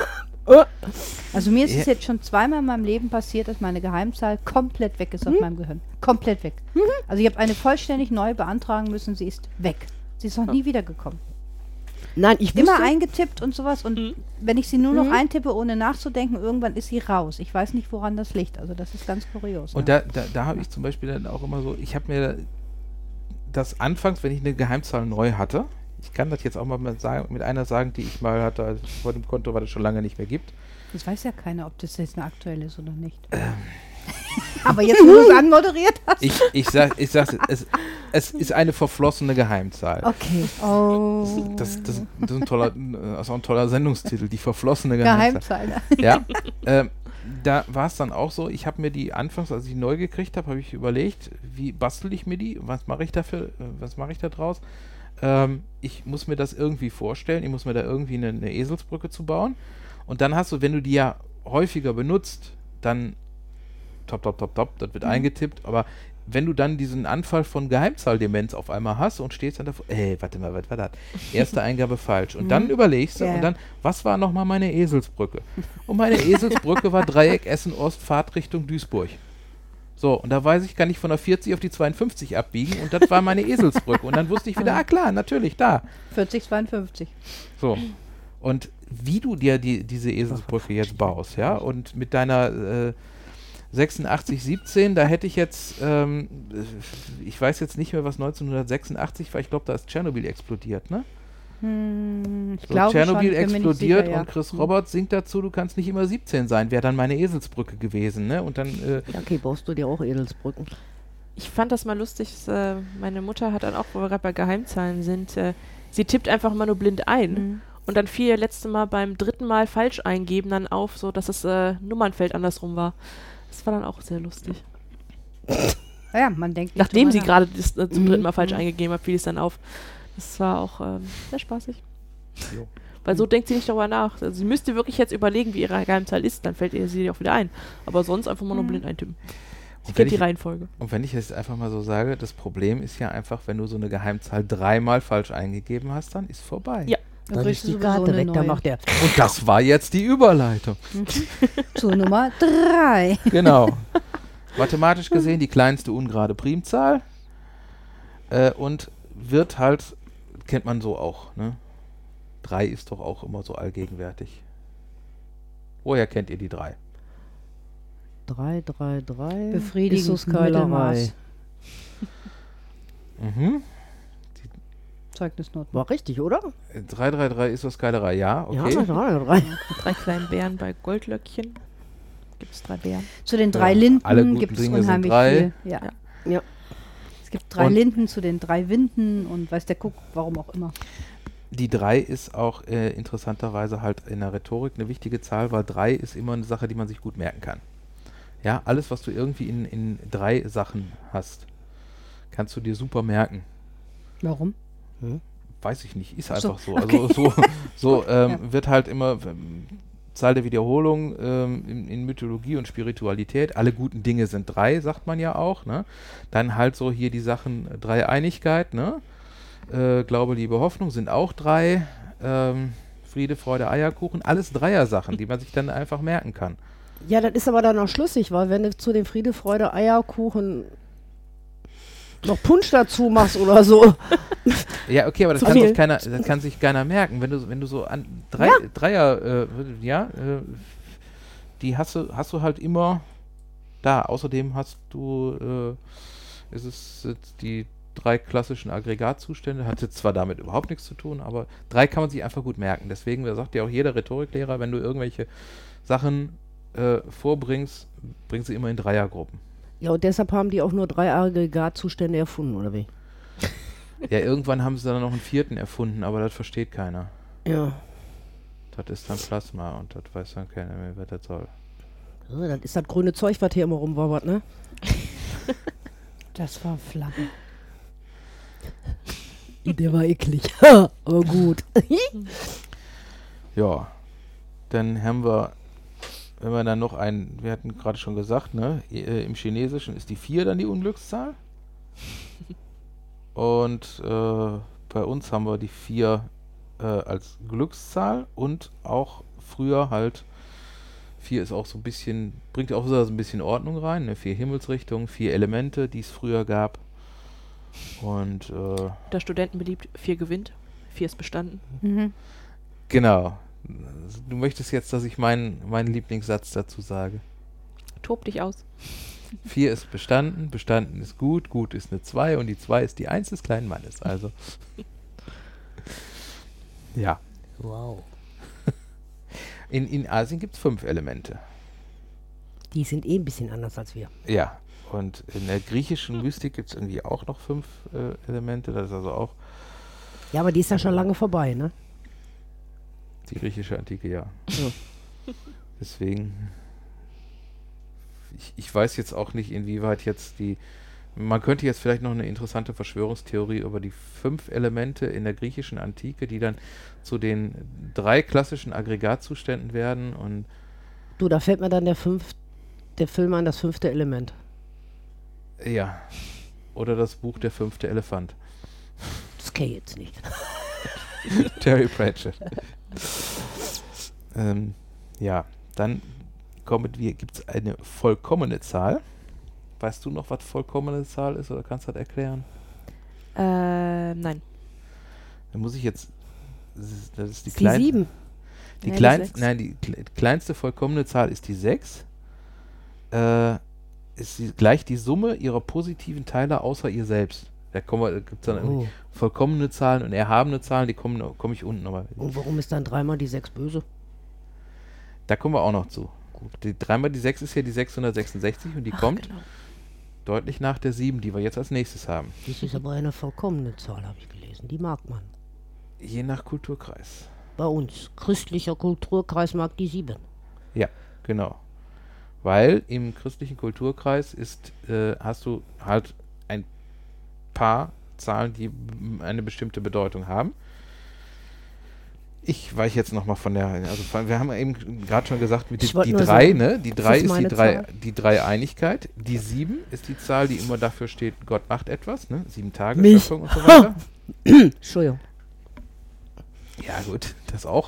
Also mir ist es jetzt schon zweimal in meinem Leben passiert, dass meine Geheimzahl komplett weg ist aus meinem Gehirn. Komplett weg. Also ich habe eine vollständig neu beantragen müssen, sie ist weg. Sie ist noch nie wiedergekommen. Nein, ich Immer wusste, eingetippt und sowas und wenn ich sie nur noch eintippe, ohne nachzudenken, irgendwann ist sie raus. Ich weiß nicht, woran das liegt. Also das ist ganz kurios. Und da habe ich zum Beispiel dann auch immer so, ich habe mir das anfangs, wenn ich eine Geheimzahl neu hatte, ich kann das jetzt auch mal mit einer sagen, die ich mal hatte also vor dem Konto, was es schon lange nicht mehr gibt. Das weiß ja keiner, ob das jetzt eine aktuelle ist oder nicht. Aber jetzt, wo du es anmoderiert hast. Ich sag's, es ist eine verflossene Geheimzahl. Okay. Oh. Das ist auch ein toller Sendungstitel, die verflossene Geheimzahl. Geheimzahl. Ja, da war es dann auch so, ich habe mir die anfangs, als ich die neu gekriegt habe, habe ich überlegt, wie bastel ich mir die, was mache ich da draus? Ich muss mir das irgendwie vorstellen, ich muss mir da irgendwie eine Eselsbrücke zu bauen. Und dann hast du, wenn du die ja häufiger benutzt, dann top, das wird eingetippt, aber wenn du dann diesen Anfall von Geheimzahldemenz auf einmal hast und stehst dann davor, warte mal, was war das? Erste Eingabe falsch. Und dann überlegst du und dann, was war nochmal meine Eselsbrücke? Und meine Eselsbrücke war Dreieck Essen-Ost, Fahrtrichtung Duisburg. So, und da weiß ich, kann ich von der 40 auf die 52 abbiegen und das war meine Eselsbrücke. Und dann wusste ich wieder, klar, natürlich, da. 40, 52. So. Und wie du dir diese Eselsbrücke jetzt baust, ja, und mit deiner 8617, da hätte ich jetzt, ich weiß jetzt nicht mehr, was 1986 war, ich glaube, da ist Tschernobyl explodiert, ne? Ich glaube Tschernobyl schon, explodiert sicher, und Chris Roberts singt dazu, du kannst nicht immer 17 sein, wäre dann meine Eselsbrücke gewesen, ne? Und dann, okay, baust du dir auch Eselsbrücken? Ich fand das mal lustig, meine Mutter hat dann auch, wo wir gerade bei Geheimzahlen sind, sie tippt einfach mal nur blind ein. Und dann fiel ihr letzte Mal beim 3. Mal falsch eingeben dann auf, so dass das Nummernfeld andersrum war. Das war dann auch sehr lustig. Ja, man denkt. Nachdem sie gerade das zum 3. Mal falsch eingegeben hat, fiel es dann auf. Das war auch sehr spaßig. Jo. Weil so denkt sie nicht darüber nach. Also sie müsste wirklich jetzt überlegen, wie ihre Geheimzahl ist, dann fällt ihr sie auch wieder ein. Aber sonst einfach mal nur blind eintippen. Sie kennt die Reihenfolge. Und wenn ich jetzt einfach mal so sage, das Problem ist ja einfach, wenn du so eine Geheimzahl 3-mal falsch eingegeben hast, dann ist vorbei. Ja. Dann ist die Karte weg, dann macht der. Und das war jetzt die Überleitung. Zur Nummer 3. Genau. Mathematisch gesehen die kleinste ungerade Primzahl und wird halt, kennt man so auch, ne? 3 ist doch auch immer so allgegenwärtig. Woher kennt ihr die 3? 3. Befriedigend Isoscalerei. Zeugnisnoten. War richtig, oder? 3 Isoscalerei, ja, okay. Ja, 3. 3 kleinen Bären bei Goldlöckchen. Gibt es 3 Bären. Zu den 3 Ja, alle Linden guten gibt es Dinge sind unheimlich 3. viel. Ja. Ja. Es gibt 3 Und Linden zu den 3 Winden und weiß der Kuckuck, warum auch immer. Die 3 ist auch interessanterweise halt in der Rhetorik eine wichtige Zahl, weil 3 ist immer eine Sache, die man sich gut merken kann. Ja, alles, was du irgendwie in 3 Sachen hast, kannst du dir super merken. Warum? Weiß ich nicht, ist So, einfach so. okay. Also wird halt immer Zahl der Wiederholung in Mythologie und Spiritualität. Alle guten Dinge sind 3, sagt man ja auch. Ne? Dann halt so hier die Sachen Dreieinigkeit, ne? Glaube, Liebe, Hoffnung sind auch 3. Friede, Freude, Eierkuchen, alles Dreier-Sachen, die man sich dann einfach merken kann. Ja, das ist aber dann auch schlüssig, weil wenn du zu dem Friede, Freude, Eierkuchen noch Punsch dazu machst oder so. Ja, okay, aber das Zu kann, viel. das kann sich keiner merken. Wenn du so an Dreier, die hast du halt immer da. Außerdem hast du, ist es jetzt die 3 klassischen Aggregatzustände, hat jetzt zwar damit überhaupt nichts zu tun, aber 3 kann man sich einfach gut merken. Deswegen sagt ja auch jeder Rhetoriklehrer, wenn du irgendwelche Sachen vorbringst, bring sie immer in Dreiergruppen. Ja, und deshalb haben die auch nur 3 Aggregatzustände erfunden, oder wie? Ja, irgendwann haben sie dann noch einen 4. erfunden, aber das versteht keiner. Ja. Das ist dann Plasma und das weiß dann keiner mehr, wer das soll. Ja, das ist das grüne Zeug, was hier immer rumwabert, ne? Das war Flagge. Der war eklig. Aber gut. Ja, dann haben wir, wenn wir dann noch einen, wir hatten gerade schon gesagt, ne, im Chinesischen ist die 4 dann die Unglückszahl. Und bei uns haben wir die 4 als Glückszahl und auch früher halt, 4 ist auch so ein bisschen, bringt auch so ein bisschen Ordnung rein, ne, 4 Himmelsrichtungen, 4 Elemente, die es früher gab. Und Der Studenten beliebt, 4 gewinnt, 4 ist bestanden. Mhm. genau. Du möchtest jetzt, dass ich meinen Lieblingssatz dazu sage. Tob dich aus. 4 ist bestanden, bestanden ist gut, gut ist eine 2 und die 2 ist die 1 des kleinen Mannes. Also, ja. Wow. In Asien gibt es 5 Elemente. Die sind eh ein bisschen anders als wir. Ja, und in der griechischen Mystik gibt es irgendwie auch noch 5 Elemente. Das ist also auch Ja, aber die ist ja schon lange vorbei, ne? die griechische Antike, ja. Deswegen, ich weiß jetzt auch nicht, inwieweit jetzt man könnte jetzt vielleicht noch eine interessante Verschwörungstheorie über die 5 Elemente in der griechischen Antike, die dann zu den 3 klassischen Aggregatzuständen werden und Du, da fällt mir dann der Film an, das 5. Element. ja, oder das Buch Der 5. Elefant. Das kenne ich jetzt nicht. Terry Pratchett. Ja, dann gibt es eine vollkommene Zahl. Weißt du noch, was vollkommene Zahl ist oder kannst du das erklären? Nein. Dann muss ich jetzt, das ist die Die 7. Die Nein, kleinste, die 6. nein, die kleinste vollkommene Zahl ist die 6. Ist gleich die Summe ihrer positiven Teile außer ihr selbst. Da gibt es dann irgendwie vollkommene Zahlen und erhabene Zahlen, die komme ich unten nochmal. Und warum ist dann 3 mal die 6 böse? Da kommen wir auch noch zu. Gut. 3 mal die 6 ist ja die 666 und die kommt Genau. deutlich nach der 7, die wir jetzt als nächstes haben. Das ist aber eine vollkommene Zahl, habe ich gelesen. Die mag man. Je nach Kulturkreis. Bei uns. Christlicher Kulturkreis mag die 7. Ja, genau. Weil im christlichen Kulturkreis hast du halt ein paar Zahlen, die eine bestimmte Bedeutung haben. Ich weiche jetzt nochmal wir haben eben gerade schon gesagt, mit die 3, ne? Die 3 ist die Dreieinigkeit. Die 7 ist die Zahl, die immer dafür steht, Gott macht etwas, ne? 7 Tage, Schöpfung und so weiter. Entschuldigung. Ja gut, das auch.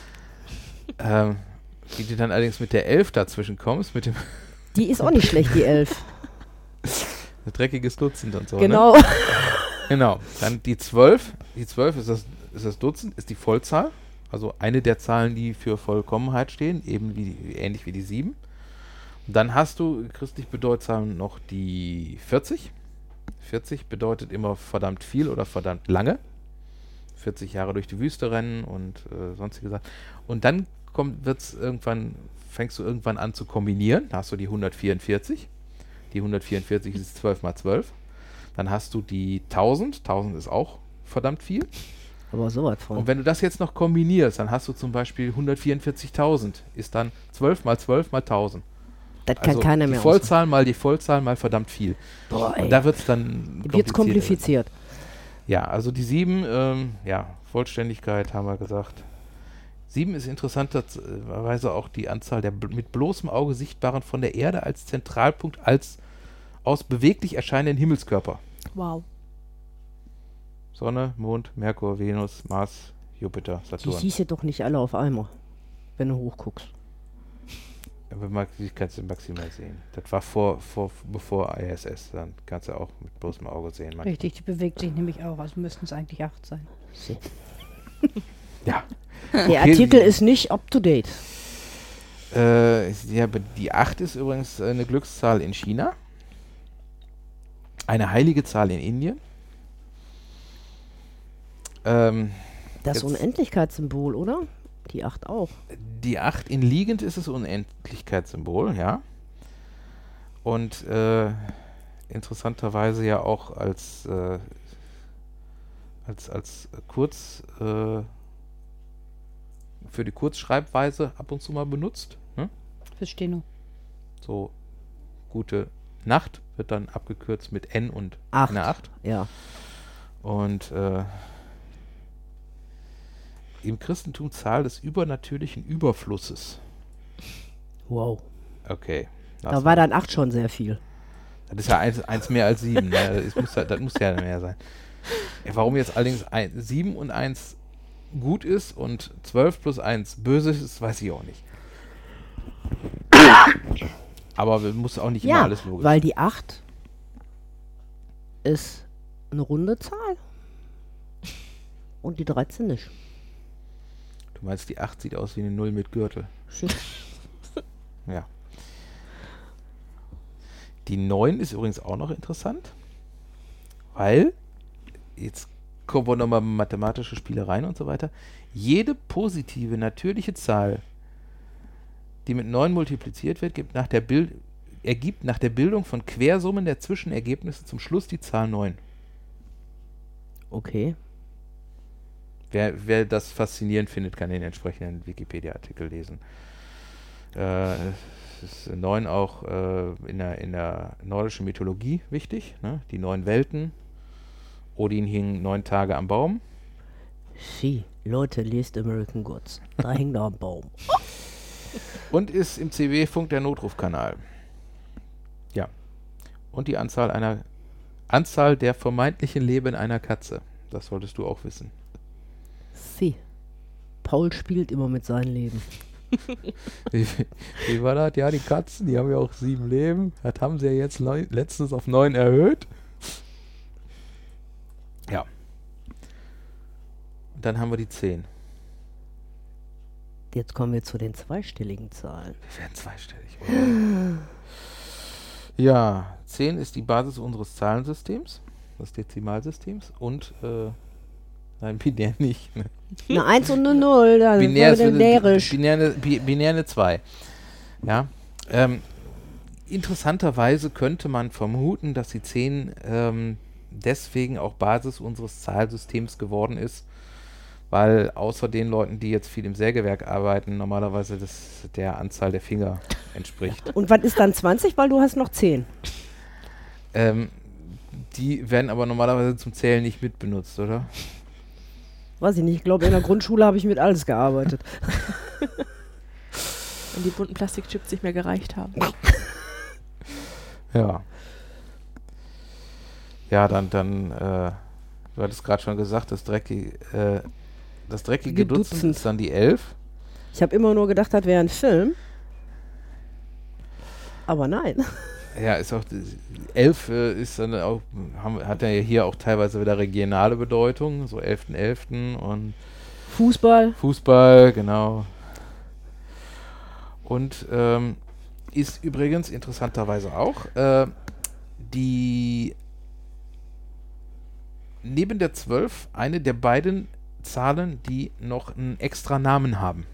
Wie du dann allerdings mit der 11 dazwischen kommst, mit dem Die ist auch nicht schlecht, die 11. ein dreckiges Dutzend und so, Genau. ne? Genau. Dann die 12. Die 12 ist das Dutzend, ist die Vollzahl. Also eine der Zahlen, die für Vollkommenheit stehen, ähnlich wie die 7. Und dann hast du christlich bedeutsam noch die 40. 40 bedeutet immer verdammt viel oder verdammt lange. 40 Jahre durch die Wüste rennen und sonstige Sachen. Und dann fängst du irgendwann an zu kombinieren. Da hast du die 144. Die 144 ist 12 mal 12. Dann hast du die 1000. 1000 ist auch verdammt viel. Aber sowas von. Und wenn du das jetzt noch kombinierst, dann hast du zum Beispiel 144.000. Ist dann 12 mal 12 mal 1000. Das kann keiner mehr Die Vollzahl mal verdammt viel. Boah, ey. Und da wird es dann kompliziert. Ja, also die 7, Vollständigkeit haben wir gesagt. 7 ist interessanterweise auch die Anzahl der mit bloßem Auge sichtbaren von der Erde als Zentralpunkt aus beweglich erscheinenden Himmelskörper. Wow. Sonne, Mond, Merkur, Venus, Mars, Jupiter, Die Saturn. siehst du doch nicht alle auf einmal, wenn du hochguckst. Aber die kannst du maximal sehen. Das war bevor ISS. Dann kannst du auch mit bloßem Auge sehen. Manchmal. Richtig, die bewegt sich nämlich auch, also müssten es eigentlich 8 sein. Ja. Der Artikel ist nicht up to date. Ja, die 8 ist übrigens eine Glückszahl in China. Eine heilige Zahl in Indien. Das jetzt- Unendlichkeitssymbol, oder? Die 8 auch. Die 8 in liegend ist das Unendlichkeitssymbol, ja. Und interessanterweise ja auch als Kurz für die Kurzschreibweise ab und zu mal benutzt. Ne? Fürs Steno. So gute Nacht wird dann abgekürzt mit N und 8. einer 8. Ja. Und im Christentum Zahl des übernatürlichen Überflusses. Wow. Okay. Da war dann 8 schon sehr viel. Das ist ja eins mehr als 7. Ne? Das muss ja mehr sein. Warum jetzt allerdings 7 und 1 gut ist und 12 plus 1 böse ist, weiß ich auch nicht. Aber muss auch nicht immer Ja, alles logisch weil die 8 ist eine runde Zahl. Und die 13 nicht. Du meinst, die 8 sieht aus wie eine 0 mit Gürtel. Ja. Die 9 ist übrigens auch noch interessant, weil, jetzt kommen wir nochmal mathematische Spielereien und so weiter, jede positive natürliche Zahl, die mit 9 multipliziert wird, ergibt nach der Bildung von Quersummen der Zwischenergebnisse zum Schluss die Zahl 9. Okay. Wer das faszinierend findet, kann den entsprechenden Wikipedia-Artikel lesen. Es ist 9 auch in der nordischen Mythologie wichtig. Ne? Die 9 Welten. Odin hing 9 Tage am Baum. Leute, lest American Gods. Da hängt er am Baum. Und ist im CW-Funk der Notrufkanal. Ja. Und die Anzahl der vermeintlichen Leben einer Katze. Das solltest du auch wissen. Paul spielt immer mit seinem Leben. Wie war das? Ja, die Katzen, die haben ja auch 7 Leben. Das haben sie ja jetzt letztens auf 9 erhöht. Ja. Und dann haben wir die 10. Jetzt kommen wir zu den zweistelligen Zahlen. Wir werden zweistellig. Ja, 10 ist die Basis unseres Zahlensystems, des Dezimalsystems und nein, binär nicht. Ne? Eine 1 und eine 0, dann Binär ist binärisch. binär eine 2. Ja. Interessanterweise könnte man vermuten, dass die 10 deswegen auch Basis unseres Zahlsystems geworden ist, weil außer den Leuten, die jetzt viel im Sägewerk arbeiten, normalerweise das der Anzahl der Finger entspricht. Und was ist dann 20, weil du hast noch 10? Die werden aber normalerweise zum Zählen nicht mitbenutzt, oder? Weiß ich nicht, ich glaube in der Grundschule habe ich mit alles gearbeitet. Wenn die bunten Plastikchips nicht mehr gereicht haben. Ja. Ja, dann du hattest gerade schon gesagt, das dreckige Dutzend ist dann die 11. Ich habe immer nur gedacht, das wäre ein Film. Aber nein. Ja, ist auch 11 ist dann auch, hat ja hier auch teilweise wieder regionale Bedeutung, so 11.11. und Fußball, genau. Und ist übrigens interessanterweise auch neben der 12 eine der beiden Zahlen, die noch einen extra Namen haben.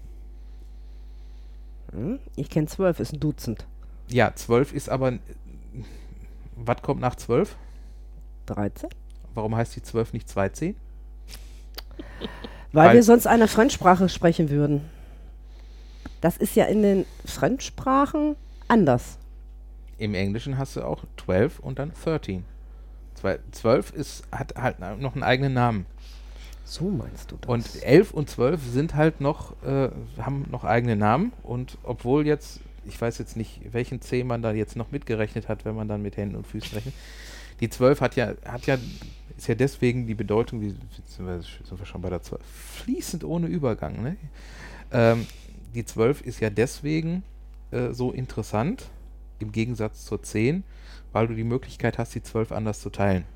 Ich kenne 12, ist ein Dutzend. Ja, 12 ist aber, was kommt nach 12? 13? Warum heißt die 12 nicht 210? Weil wir sonst eine Fremdsprache sprechen würden. Das ist ja in den Fremdsprachen anders. Im Englischen hast du auch 12 und dann 13. 12 hat halt noch einen eigenen Namen. So meinst du das? Und 11 und 12 sind halt noch, haben noch eigene Namen. Und obwohl jetzt, ich weiß jetzt nicht, welchen C man da jetzt noch mitgerechnet hat, wenn man dann mit Händen und Füßen rechnet. Die 12 ist ja deswegen die Bedeutung, wie sind wir schon bei der 12, fließend ohne Übergang, ne? Die 12 ist ja deswegen so interessant, im Gegensatz zur 10, weil du die Möglichkeit hast, die 12 anders zu teilen.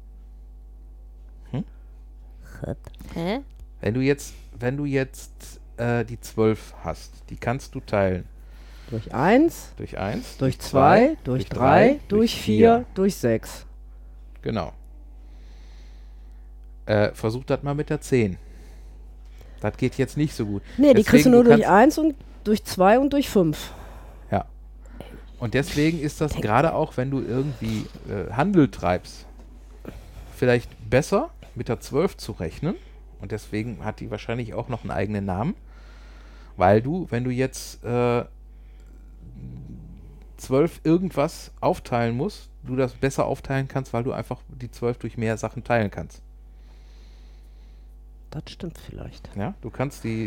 Hä? Wenn du jetzt die 12 hast. Die kannst du teilen. Durch 1, Durch 1, durch 2, durch 3, durch 4, durch 6. Genau. Versuch das mal mit der 10. Das geht jetzt nicht so gut. Nee, die kriegst du nur durch kannst- 1 und durch 2 und durch 5. Ja. Und deswegen ist das gerade auch, wenn du irgendwie Handel treibst, vielleicht besser mit der 12 zu rechnen. Und deswegen hat die wahrscheinlich auch noch einen eigenen Namen. Weil du, wenn du jetzt 12 irgendwas aufteilen musst, du das besser aufteilen kannst, weil du einfach die 12 durch mehr Sachen teilen kannst. Das stimmt vielleicht. Ja, du kannst die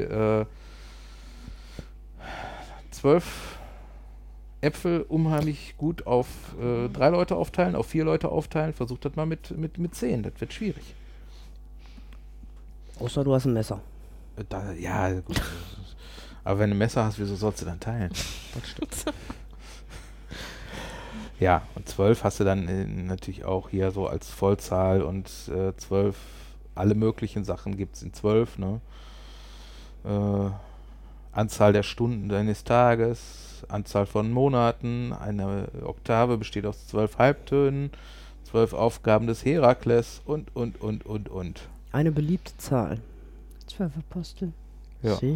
12 Äpfel unheimlich gut auf 3 Leute aufteilen, auf 4 Leute aufteilen. Versuch das mal mit 10. Das wird schwierig. Außer du hast ein Messer. Ja, gut. Aber wenn du ein Messer hast, wieso sollst du dann teilen? Das stimmt. Ja, und 12 hast du dann natürlich auch hier so als Vollzahl und 12, alle möglichen Sachen gibt es in 12, ne? Anzahl der Stunden deines Tages, Anzahl von Monaten, eine Oktave besteht aus 12 Halbtönen, 12 Aufgaben des Herakles und. Eine beliebte Zahl. 12 Apostel. Ja, Sie.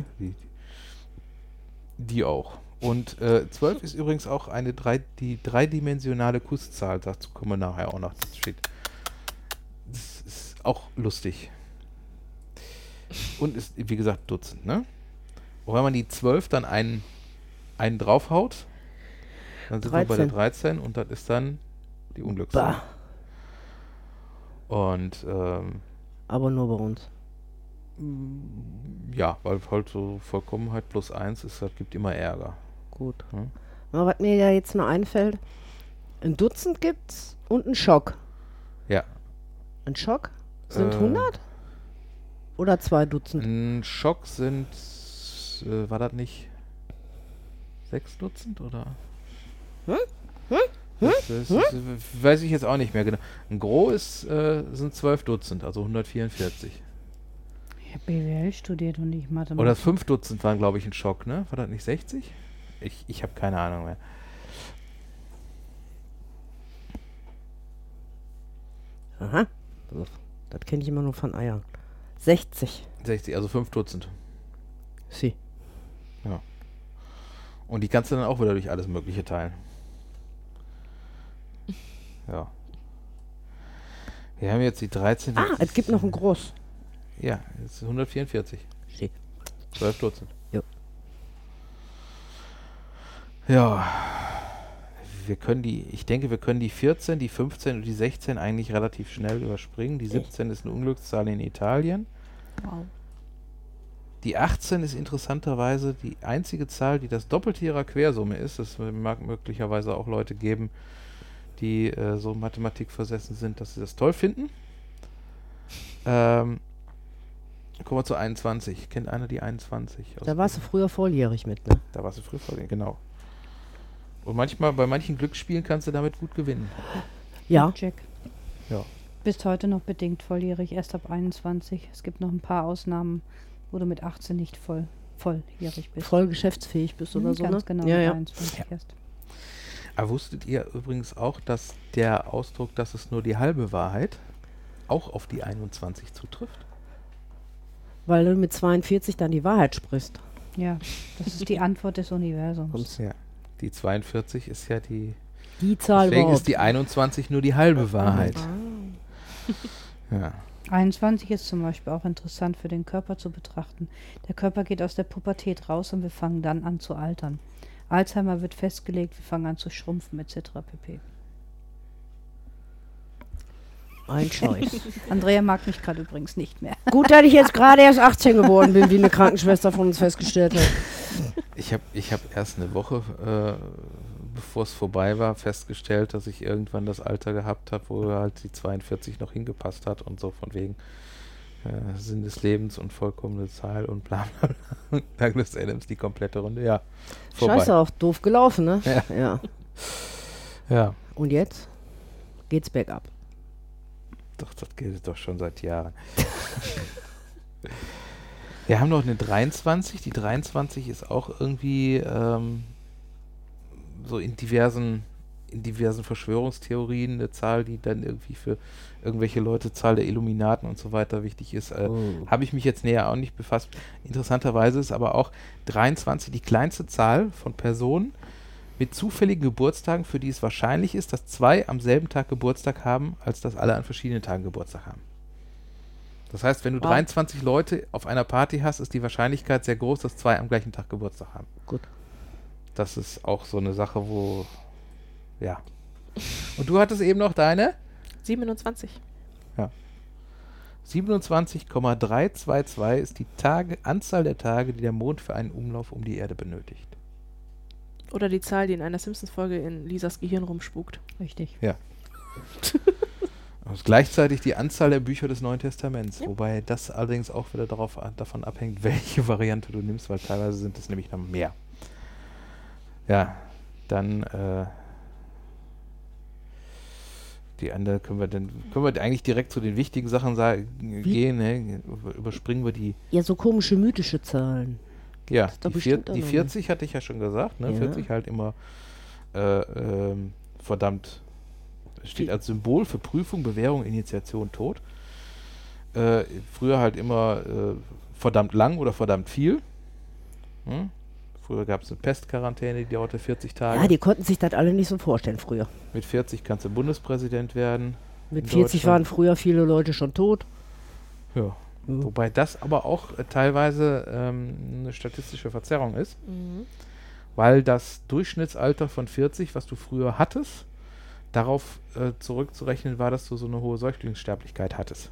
die auch. Und 12 ist übrigens auch die dreidimensionale Kusszahl, dazu kommen wir nachher auch noch. Das steht. Das ist auch lustig. Und ist, wie gesagt, Dutzend, ne? Und wenn man die 12 dann einen draufhaut, dann sind wir bei der 13 und das ist dann die Unglückszahl. Und Aber nur bei uns. ja, weil halt so Vollkommenheit plus 1 ist, das gibt immer Ärger. Gut. Hm? Aber was mir ja jetzt noch einfällt, ein Dutzend gibt's und ein Schock. Ja. Ein Schock sind Äh, 100? Oder 2 Dutzend? Ein Schock sind, war das nicht 6 Dutzend oder? Das weiß ich jetzt auch nicht mehr genau. Ein Gros sind 12 Dutzend, also 144. Ich habe BWL studiert und nicht Mathematik. Oder 5 Dutzend waren, glaube ich, ein Schock, ne? War das nicht 60? Ich habe keine Ahnung mehr. Aha. Das kenne ich immer nur von Eiern. 60. 60, also 5 Dutzend. Sie. Und die kannst du dann auch wieder durch alles Mögliche teilen. Ja. Wir haben jetzt die 13. Es gibt noch ein Groß. Ja, jetzt 144. Sie. 12 Dutzend. Jo. Ja. Ich denke, wir können die 14, die 15 und die 16 eigentlich relativ schnell überspringen. Die 17 ist eine Unglückszahl in Italien. Wow. Die 18 ist interessanterweise die einzige Zahl, die das Doppelte ihrer Quersumme ist. Es mag möglicherweise auch Leute geben, die so Mathematik versessen sind, dass sie das toll finden. Kommen wir zu 21. Kennt einer die 21? Da warst du früher volljährig mit, ne? Da warst du früher volljährig, genau. Und bei manchen Glücksspielen kannst du damit gut gewinnen. Ja. Check. Ja. Bist heute noch bedingt volljährig, erst ab 21. Es gibt noch ein paar Ausnahmen, wo du mit 18 nicht volljährig bist. Voll geschäftsfähig bist oder so, Ganz ne? genau, Ja, mit ja. 21 erst. Aber wusstet ihr übrigens auch, dass der Ausdruck, dass es nur die halbe Wahrheit, auch auf die 21 zutrifft? Weil du mit 42 dann die Wahrheit sprichst. Ja, das ist die Antwort des Universums. Ja. Die 42 ist ja die... Die Zahl Deswegen überhaupt. ist die 21 nur die halbe Wahrheit. Ja. 21 ist zum Beispiel auch interessant für den Körper zu betrachten. Der Körper geht aus der Pubertät raus und wir fangen dann an zu altern. Alzheimer wird festgelegt, wir fangen an zu schrumpfen etc. pp. Ein Scheiß. Andrea mag mich gerade übrigens nicht mehr. Gut, dass ich jetzt gerade erst 18 geworden bin, wie eine Krankenschwester von uns festgestellt hat. Ich hab erst eine Woche, bevor es vorbei war, festgestellt, dass ich irgendwann das Alter gehabt habe, wo halt die 42 noch hingepasst hat und so von wegen Sinn des Lebens und vollkommene Zahl und bla bla bla. Douglas Adams, die komplette Runde, ja. Vorbei. Scheiße, auch doof gelaufen, ne? Ja. Ja, Und jetzt geht's bergab. doch, das gilt doch schon seit Jahren. Wir haben noch eine 23. Die 23 ist auch irgendwie so in diversen Verschwörungstheorien eine Zahl, die dann irgendwie für irgendwelche Leute, Zahl der Illuminaten und so weiter wichtig ist. Habe ich mich jetzt näher auch nicht befasst. Interessanterweise ist aber auch 23 die kleinste Zahl von Personen mit zufälligen Geburtstagen, für die es wahrscheinlich ist, dass 2 am selben Tag Geburtstag haben, als dass alle an verschiedenen Tagen Geburtstag haben. Das heißt, wenn du 23 Leute auf einer Party hast, ist die Wahrscheinlichkeit sehr groß, dass 2 am gleichen Tag Geburtstag haben. Gut. Das ist auch so eine Sache, wo, ja. Und du hattest eben noch deine? 27. Ja. 27,322 ist die Anzahl der Tage, die der Mond für einen Umlauf um die Erde benötigt. Oder die Zahl, die in einer Simpsons-Folge in Lisas Gehirn rumspukt. Richtig. Ja. Und gleichzeitig die Anzahl der Bücher des Neuen Testaments, wobei das allerdings auch wieder davon abhängt, welche Variante du nimmst, weil teilweise sind es nämlich noch mehr. Ja, dann die andere können wir eigentlich direkt zu den wichtigen Sachen gehen, ne? Überspringen wir die. Ja, so komische mythische Zahlen. Ja, doch die 40 hatte ich ja schon gesagt, ne? Ja. 40 halt immer verdammt, steht als Symbol für Prüfung, Bewährung, Initiation, Tod. Früher halt immer verdammt lang oder verdammt viel. Hm? Früher gab es eine Pestquarantäne, die dauerte 40 Tage. Ja, die konnten sich das alle nicht so vorstellen früher. Mit 40 kannst du Bundespräsident werden. Mit 40 waren früher viele Leute schon tot. Ja. Wobei das aber auch teilweise eine statistische Verzerrung ist, weil das Durchschnittsalter von 40, was du früher hattest, darauf zurückzurechnen war, dass du so eine hohe Säuglingssterblichkeit hattest.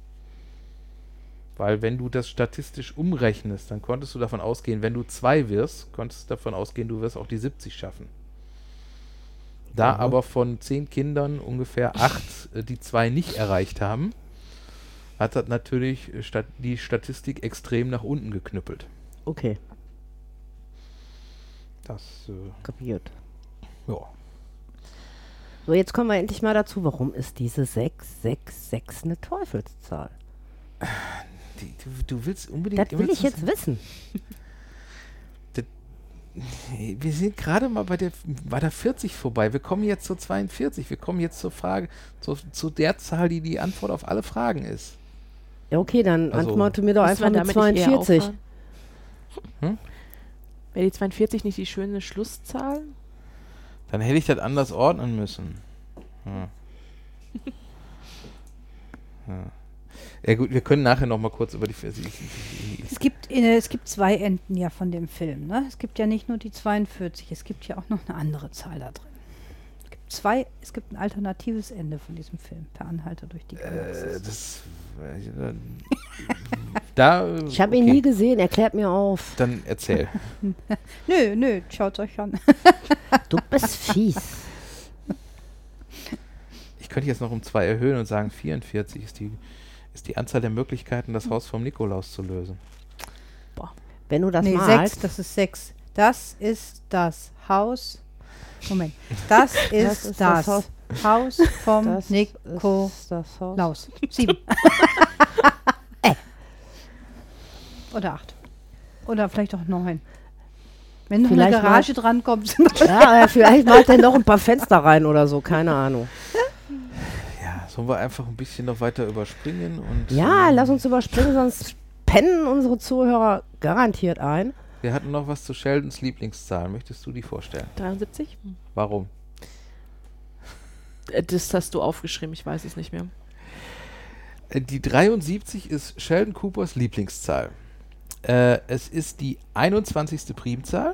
Weil wenn du das statistisch umrechnest, dann konntest du davon ausgehen, wenn du 2 wirst, konntest du davon ausgehen, du wirst auch die 70 schaffen. Da aber von 10 Kindern ungefähr 8 die 2 nicht erreicht haben, hat das natürlich die Statistik extrem nach unten geknüppelt. Okay. Das, kapiert. Ja. So, jetzt kommen wir endlich mal dazu, warum ist diese 666 eine Teufelszahl? Du willst unbedingt... Das will ich jetzt wissen. Wir sind gerade mal bei der 40 vorbei. Wir kommen jetzt zur 42. Wir kommen jetzt zur Frage, zu der Zahl, die die Antwort auf alle Fragen ist. Ja, okay, dann Also, antworte mir doch einfach mit 42. Wäre die 42 nicht die schöne Schlusszahl? Dann hätte ich das anders ordnen müssen. Ja. Ja gut, wir können nachher noch mal kurz über die... Es gibt 2 Enden ja von dem Film. Ne? Es gibt ja nicht nur die 42, es gibt ja auch noch eine andere Zahl da drin. Es gibt ein alternatives Ende von diesem Film, Per Anhalter durch die Galaxis. Ich habe ihn nie gesehen, erklärt mir auf. Dann erzähl. Nö, schaut euch an. Du bist fies. Ich könnte jetzt noch um 2 erhöhen und sagen, 44 ist die Anzahl der Möglichkeiten, das Haus vom Nikolaus zu lösen. Boah. Wenn du das 6, malst. das ist 6. Das ist das Haus. Moment. Das ist das Haus vom Nikolaus. 7. Oder 8. Oder vielleicht auch 9. Wenn noch eine Garage drankommt. Ja, vielleicht malt er noch ein paar Fenster rein oder so, keine Ahnung. Ja, sollen wir einfach ein bisschen noch weiter überspringen? Und ja, lass uns überspringen, sonst pennen unsere Zuhörer garantiert ein. Wir hatten noch was zu Sheldons Lieblingszahl. Möchtest du die vorstellen? 73? Warum? Das hast du aufgeschrieben, ich weiß es nicht mehr. Die 73 ist Sheldon Coopers Lieblingszahl. Es ist die 21. Primzahl.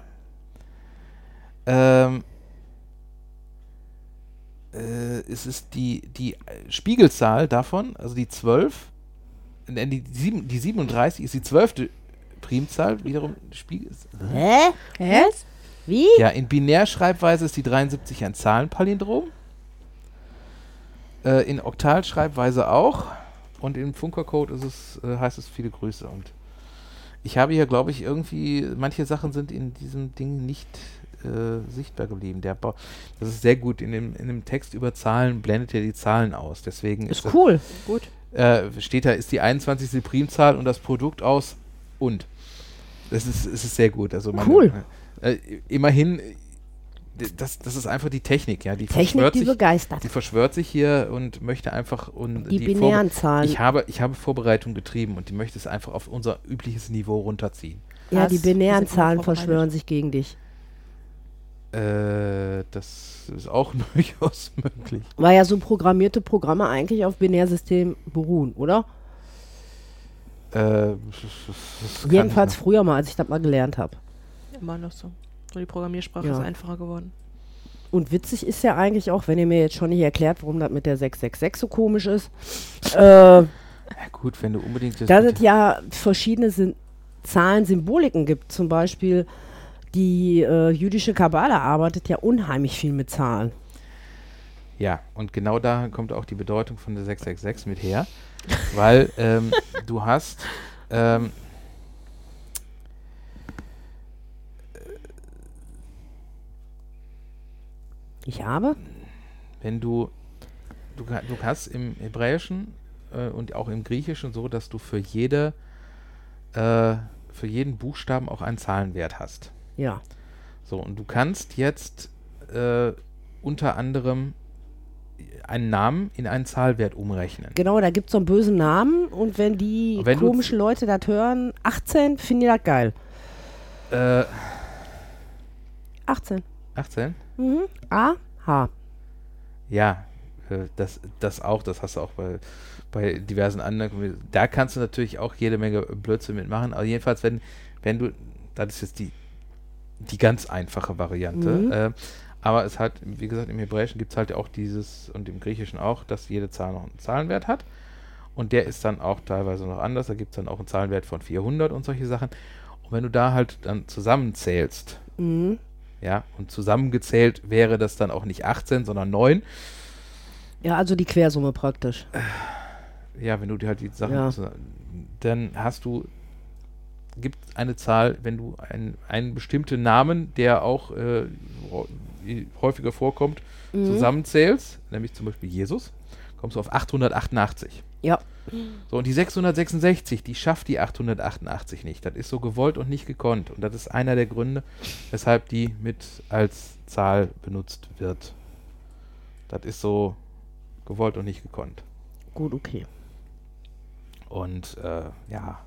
Es ist die Spiegelzahl davon, also die 12. Die 37 ist die 12. Primzahl, wiederum Spiegel. Hä? Wie? Ja, in Binärschreibweise ist die 73 ein Zahlenpalindrom. In Oktalschreibweise auch. Und im Funkercode heißt es viele Grüße. Und ich habe hier, glaube ich, irgendwie, manche Sachen sind in diesem Ding nicht sichtbar geblieben. Das ist sehr gut. In dem Text über Zahlen blendet er die Zahlen aus. Deswegen ist cool. Gut. Steht da, ist die 21. Primzahl und das Produkt aus Und. Es ist sehr gut. Also Cool. Immerhin, das ist einfach die Technik, ja. Die Technik, die sich, begeistert. die verschwört sich hier und möchte einfach die binären Zahlen. Ich habe Vorbereitung getrieben und die möchte es einfach auf unser übliches Niveau runterziehen. Ja, die binären Wir sind Zahlen vorbereitet. verschwören sich gegen dich. Das ist auch durchaus möglich. Weil ja so programmierte Programme eigentlich auf Binärsystemen beruhen, oder? Das Jedenfalls früher mal, als ich das mal gelernt habe. Immer noch so. So die Programmiersprache Ja. ist einfacher geworden. Und witzig ist ja eigentlich auch, wenn ihr mir jetzt schon nicht erklärt, warum das mit der 666 so komisch ist, dass Ja gut, wenn du unbedingt es ja verschiedene Zahlen-Symboliken gibt. Zum Beispiel die jüdische Kabbala arbeitet ja unheimlich viel mit Zahlen. Ja, und genau da kommt auch die Bedeutung von der 666 mit her, weil du hast Ich habe? wenn du hast im Hebräischen und auch im Griechischen so, dass du für jeden Buchstaben auch einen Zahlenwert hast. Ja. So, und du kannst jetzt unter anderem einen Namen in einen Zahlwert umrechnen. Genau, da gibt es so einen bösen Namen und wenn die Wenn du komischen Leute das hören, 18, finden die das geil. 18. 18? Mhm. A, H. Ja, das auch, das hast du auch bei diversen anderen. Da kannst du natürlich auch jede Menge Blödsinn mitmachen. Aber jedenfalls, wenn du, das ist jetzt die ganz einfache Variante. Aber es hat, wie gesagt, im Hebräischen gibt es halt auch dieses und im Griechischen auch, dass jede Zahl noch einen Zahlenwert hat. Und der ist dann auch teilweise noch anders. Da gibt es dann auch einen Zahlenwert von 400 und solche Sachen. Und wenn du da halt dann zusammenzählst, ja, und zusammengezählt wäre das dann auch nicht 18, sondern 9. Ja, also die Quersumme praktisch. Ja, wenn du dir halt die Sachen, Ja. dann gibt eine Zahl, wenn du einen bestimmten Namen, der auch häufiger vorkommt, zusammenzählst, nämlich zum Beispiel Jesus, kommst du auf 888. Ja. So, und die 666, die schafft die 888 nicht. Das ist so gewollt und nicht gekonnt. Und das ist einer der Gründe, weshalb die mit als Zahl benutzt wird. Das ist so gewollt und nicht gekonnt. Gut, okay. Und ja.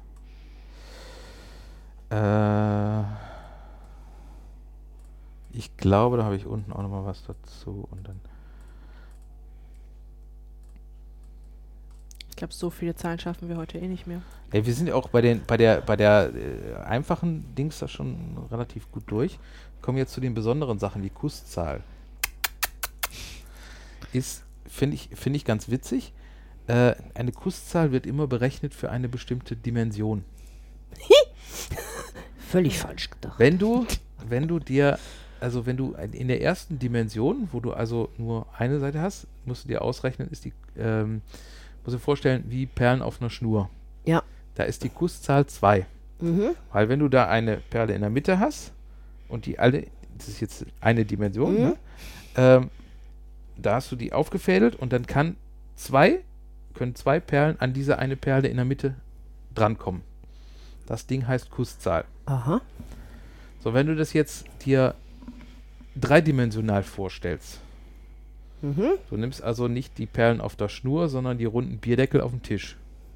Ich glaube, da habe ich unten auch nochmal was dazu. Und dann. Ich glaube, so viele Zahlen schaffen wir heute eh nicht mehr. Ja, wir sind ja auch bei der einfachen Dings da schon relativ gut durch. Kommen jetzt zu den besonderen Sachen. Die Kusszahl ist, finde ich ganz witzig. Eine Kusszahl wird immer berechnet für eine bestimmte Dimension. Völlig falsch gedacht. Wenn du in der ersten Dimension, wo du also nur eine Seite hast, musst du dir ausrechnen, musst du dir vorstellen, wie Perlen auf einer Schnur. Ja. Da ist die Kusszahl 2. Weil wenn du da eine Perle in der Mitte hast und das ist jetzt eine Dimension, ne? Da hast du die aufgefädelt und dann können zwei Perlen an diese eine Perle in der Mitte drankommen. Das Ding heißt Kusszahl. Aha. So, wenn du das jetzt dir dreidimensional vorstellst, du nimmst also nicht die Perlen auf der Schnur, sondern die runden Bierdeckel auf dem Tisch.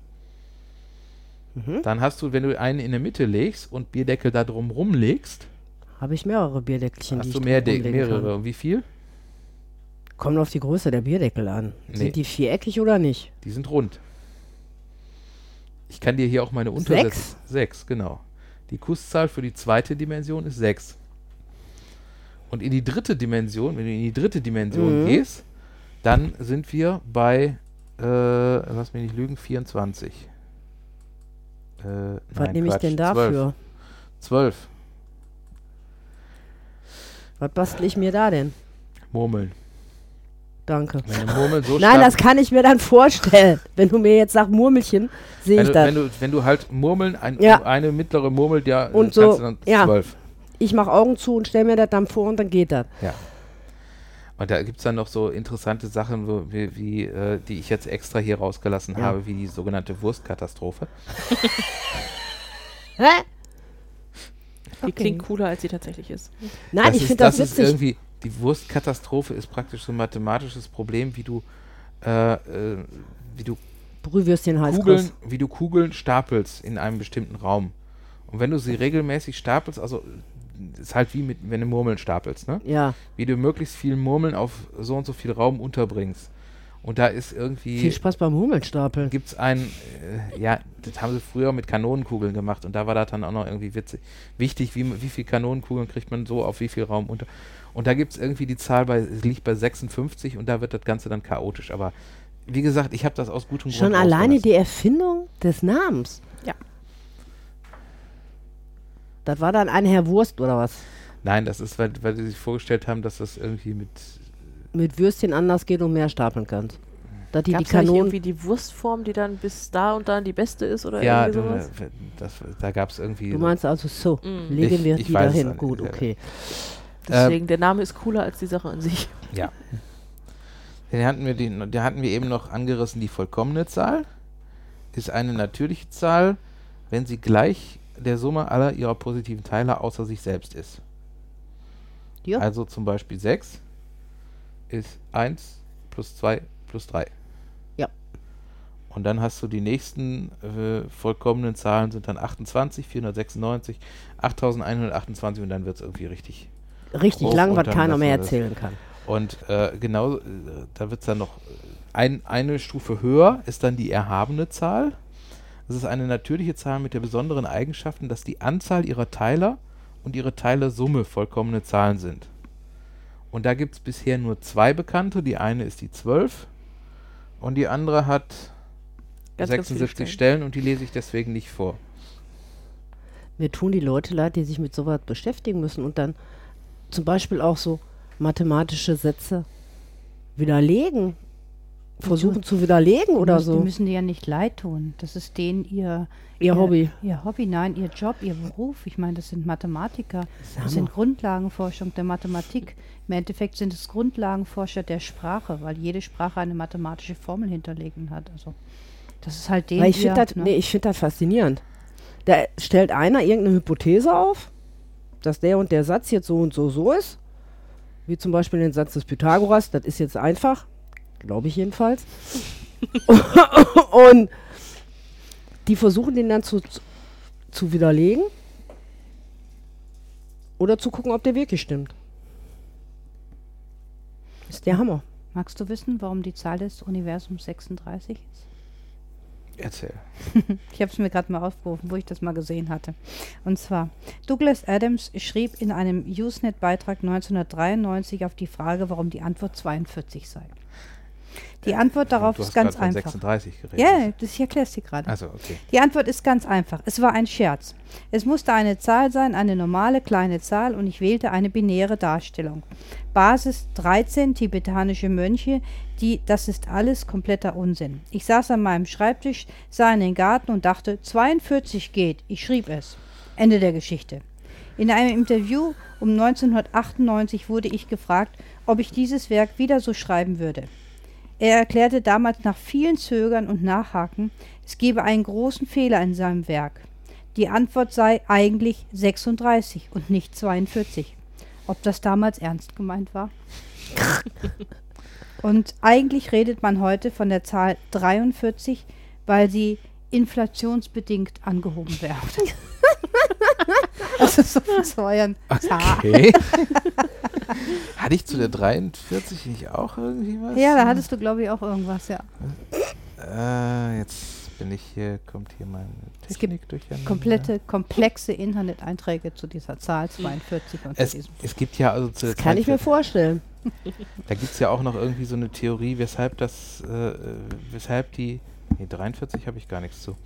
Dann hast du, wenn du einen in der Mitte legst und Bierdeckel da drum rumlegst, Habe ich mehrere Bierdeckelchen, hast die du ich mehrere. Kann. Und wie viel? Kommt auf die Größe der Bierdeckel an. Nee. Sind die viereckig oder nicht? Die sind rund. Ich kann dir hier auch meine Untersätze. 6, genau. Die Kusszahl für die zweite Dimension ist 6. Und in die dritte Dimension, wenn du in die dritte Dimension gehst, dann sind wir bei, lass mich nicht lügen, 24. Was nehme ich denn dafür? 12. Was bastel ich mir da denn? Murmeln. Danke. Wenn du Murmeln so Nein, das kann ich mir dann vorstellen. Wenn du mir jetzt sagst Murmelchen, sehe ich das. Wenn du halt Murmeln, Ja. eine mittlere Murmel, ja, Und kannst so, du dann ja. 12. Ich mache Augen zu und stelle mir das dann vor und dann geht das. Ja. Und da gibt es dann noch so interessante Sachen, die ich jetzt extra hier rausgelassen habe, wie die sogenannte Wurstkatastrophe. Die klingt cooler, als sie tatsächlich ist. Nein, ich finde das ist witzig. irgendwie, die Wurstkatastrophe ist praktisch so ein mathematisches Problem, wie du Brühwürstchen heißt groß. Kugeln stapelst in einem bestimmten Raum. Und wenn du sie regelmäßig stapelst, also ist halt wie wenn du Murmeln stapelst, ne? Ja. Wie du möglichst viel Murmeln auf so und so viel Raum unterbringst. Und da ist irgendwie... Viel Spaß beim Hummelstapeln. Gibt es das haben sie früher mit Kanonenkugeln gemacht und da war das dann auch noch irgendwie wichtig, wie viel Kanonenkugeln kriegt man so auf wie viel Raum unter. Und da gibt es irgendwie die Zahl liegt bei 56 und da wird das Ganze dann chaotisch. Aber wie gesagt, ich habe das aus gutem Grund Schon alleine rausgelassen. die Erfindung des Namens. Ja. Das war dann ein Herr Wurst oder was? Nein, das ist, weil sie sich vorgestellt haben, dass das irgendwie Mit Würstchen anders geht und mehr stapeln kannst. Dass die Gab's da nicht Kanonen... irgendwie die Wurstform, die dann bis da und dann die beste ist oder ja, irgendwie sowas? da gab es irgendwie... Du meinst also so, Mm. legen wir es Ich wieder weiß es hin. nicht, Gut, ja. okay. Deswegen, der Name ist cooler als die Sache an sich. Ja. Dann hatten wir eben noch angerissen, die vollkommene Zahl ist eine natürliche Zahl, wenn sie gleich der Summe aller ihrer positiven Teile außer sich selbst ist. Ja. Also zum Beispiel 6 ist 1 plus 2 plus 3. Ja. Und dann hast du die nächsten vollkommenen Zahlen sind dann 28, 496, 8128 und dann wird es irgendwie richtig. Richtig grob lang, und was dann keiner lassen mehr wir das. erzählen kann. Und genau, da wird es dann noch eine Stufe höher, ist dann die erhabene Zahl. Das ist eine natürliche Zahl mit der besonderen Eigenschaften, dass die Anzahl ihrer Teiler und ihre Teilersumme vollkommene Zahlen sind. Und da gibt es bisher nur 2 bekannte. Die eine ist die 12 und die andere hat Ganz, ganz viele 76 Stellen und die lese ich deswegen nicht vor. Mir tun die Leute leid, die sich mit sowas beschäftigen müssen und dann zum Beispiel auch so mathematische Sätze widerlegen. Versuchen zu widerlegen oder Die so. müssen dir ja nicht leid tun. Das ist denen ihr Hobby. Ihr Hobby, nein, ihr Job, ihr Beruf. Ich meine, das sind Mathematiker. Das sind Grundlagenforschung der Mathematik. Im Endeffekt sind es Grundlagenforscher der Sprache, weil jede Sprache eine mathematische Formel hinterlegen hat. Also das ist halt Weil ich finde das, ich find das faszinierend. Da stellt einer irgendeine Hypothese auf, dass der und der Satz jetzt so und so ist. Wie zum Beispiel den Satz des Pythagoras. Das ist jetzt einfach. Glaube ich jedenfalls. Und die versuchen den dann zu widerlegen oder zu gucken, ob der wirklich stimmt. Ist der Hammer. Magst du wissen, warum die Zahl des Universums 36 ist? Erzähl. Ich habe es mir gerade mal aufgerufen, wo ich das mal gesehen hatte. Und zwar, Douglas Adams schrieb in einem Usenet-Beitrag 1993 auf die Frage, warum die Antwort 42 sei. Die Antwort darauf ist ganz einfach. 36 geredet. Ja, ich erkläre es dir gerade. Also, okay. Die Antwort ist ganz einfach. Es war ein Scherz. Es musste eine Zahl sein, eine normale kleine Zahl, und ich wählte eine binäre Darstellung. Basis 13 tibetanische Mönche, das ist alles kompletter Unsinn. Ich saß an meinem Schreibtisch, sah in den Garten und dachte, 42 geht. Ich schrieb es. Ende der Geschichte. In einem Interview um 1998 wurde ich gefragt, ob ich dieses Werk wieder so schreiben würde. Er erklärte damals nach vielen Zögern und Nachhaken, es gebe einen großen Fehler in seinem Werk. Die Antwort sei eigentlich 36 und nicht 42. Ob das damals ernst gemeint war? Und eigentlich redet man heute von der Zahl 43, weil sie inflationsbedingt angehoben wird. Das ist so von euren Zahlen. Okay. Hatte ich zu der 43 nicht auch irgendwie was? Ja, da hattest du, glaube ich, auch irgendwas, ja. Jetzt kommt hier meine Es Technik gibt durcheinander. komplexe Internet-Einträge zu dieser Zahl 42 und zu diesem. Es gibt ja also zu der Kann ich mir 43 vorstellen. Da gibt es ja auch noch irgendwie so eine Theorie, weshalb die 43 habe ich gar nichts zu.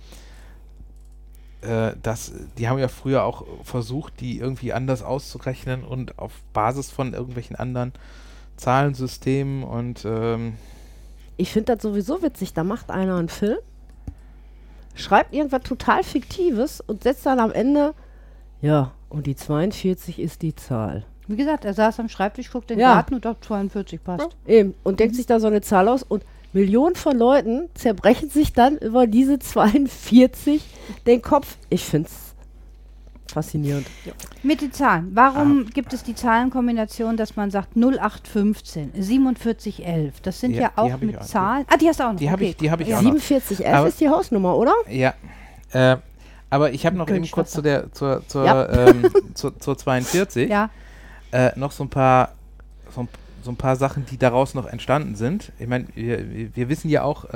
Die haben ja früher auch versucht, die irgendwie anders auszurechnen und auf Basis von irgendwelchen anderen Zahlensystemen und Ich finde das sowieso witzig. Da macht einer einen Film, schreibt irgendwas total Fiktives und setzt dann am Ende, ja, und die 42 ist die Zahl. Wie gesagt, er saß am Schreibtisch, guckte in den Ja. Garten und dachte, 42 passt. Eben. Und denkt sich da so eine Zahl aus und Millionen von Leuten zerbrechen sich dann über diese 42 den Kopf. Ich finde es Faszinierend. Ja. Mit den Zahlen. Warum gibt es die Zahlenkombination, dass man sagt 0815, 4711? Das sind ja auch mit Zahlen. Ah, die hast du auch noch. Die habe ich auch noch. 4711 ist die Hausnummer, oder? Ja. Aber ich habe noch eben kurz zur 42 noch so ein paar Sachen, die daraus noch entstanden sind. Ich meine, wir wissen ja auch,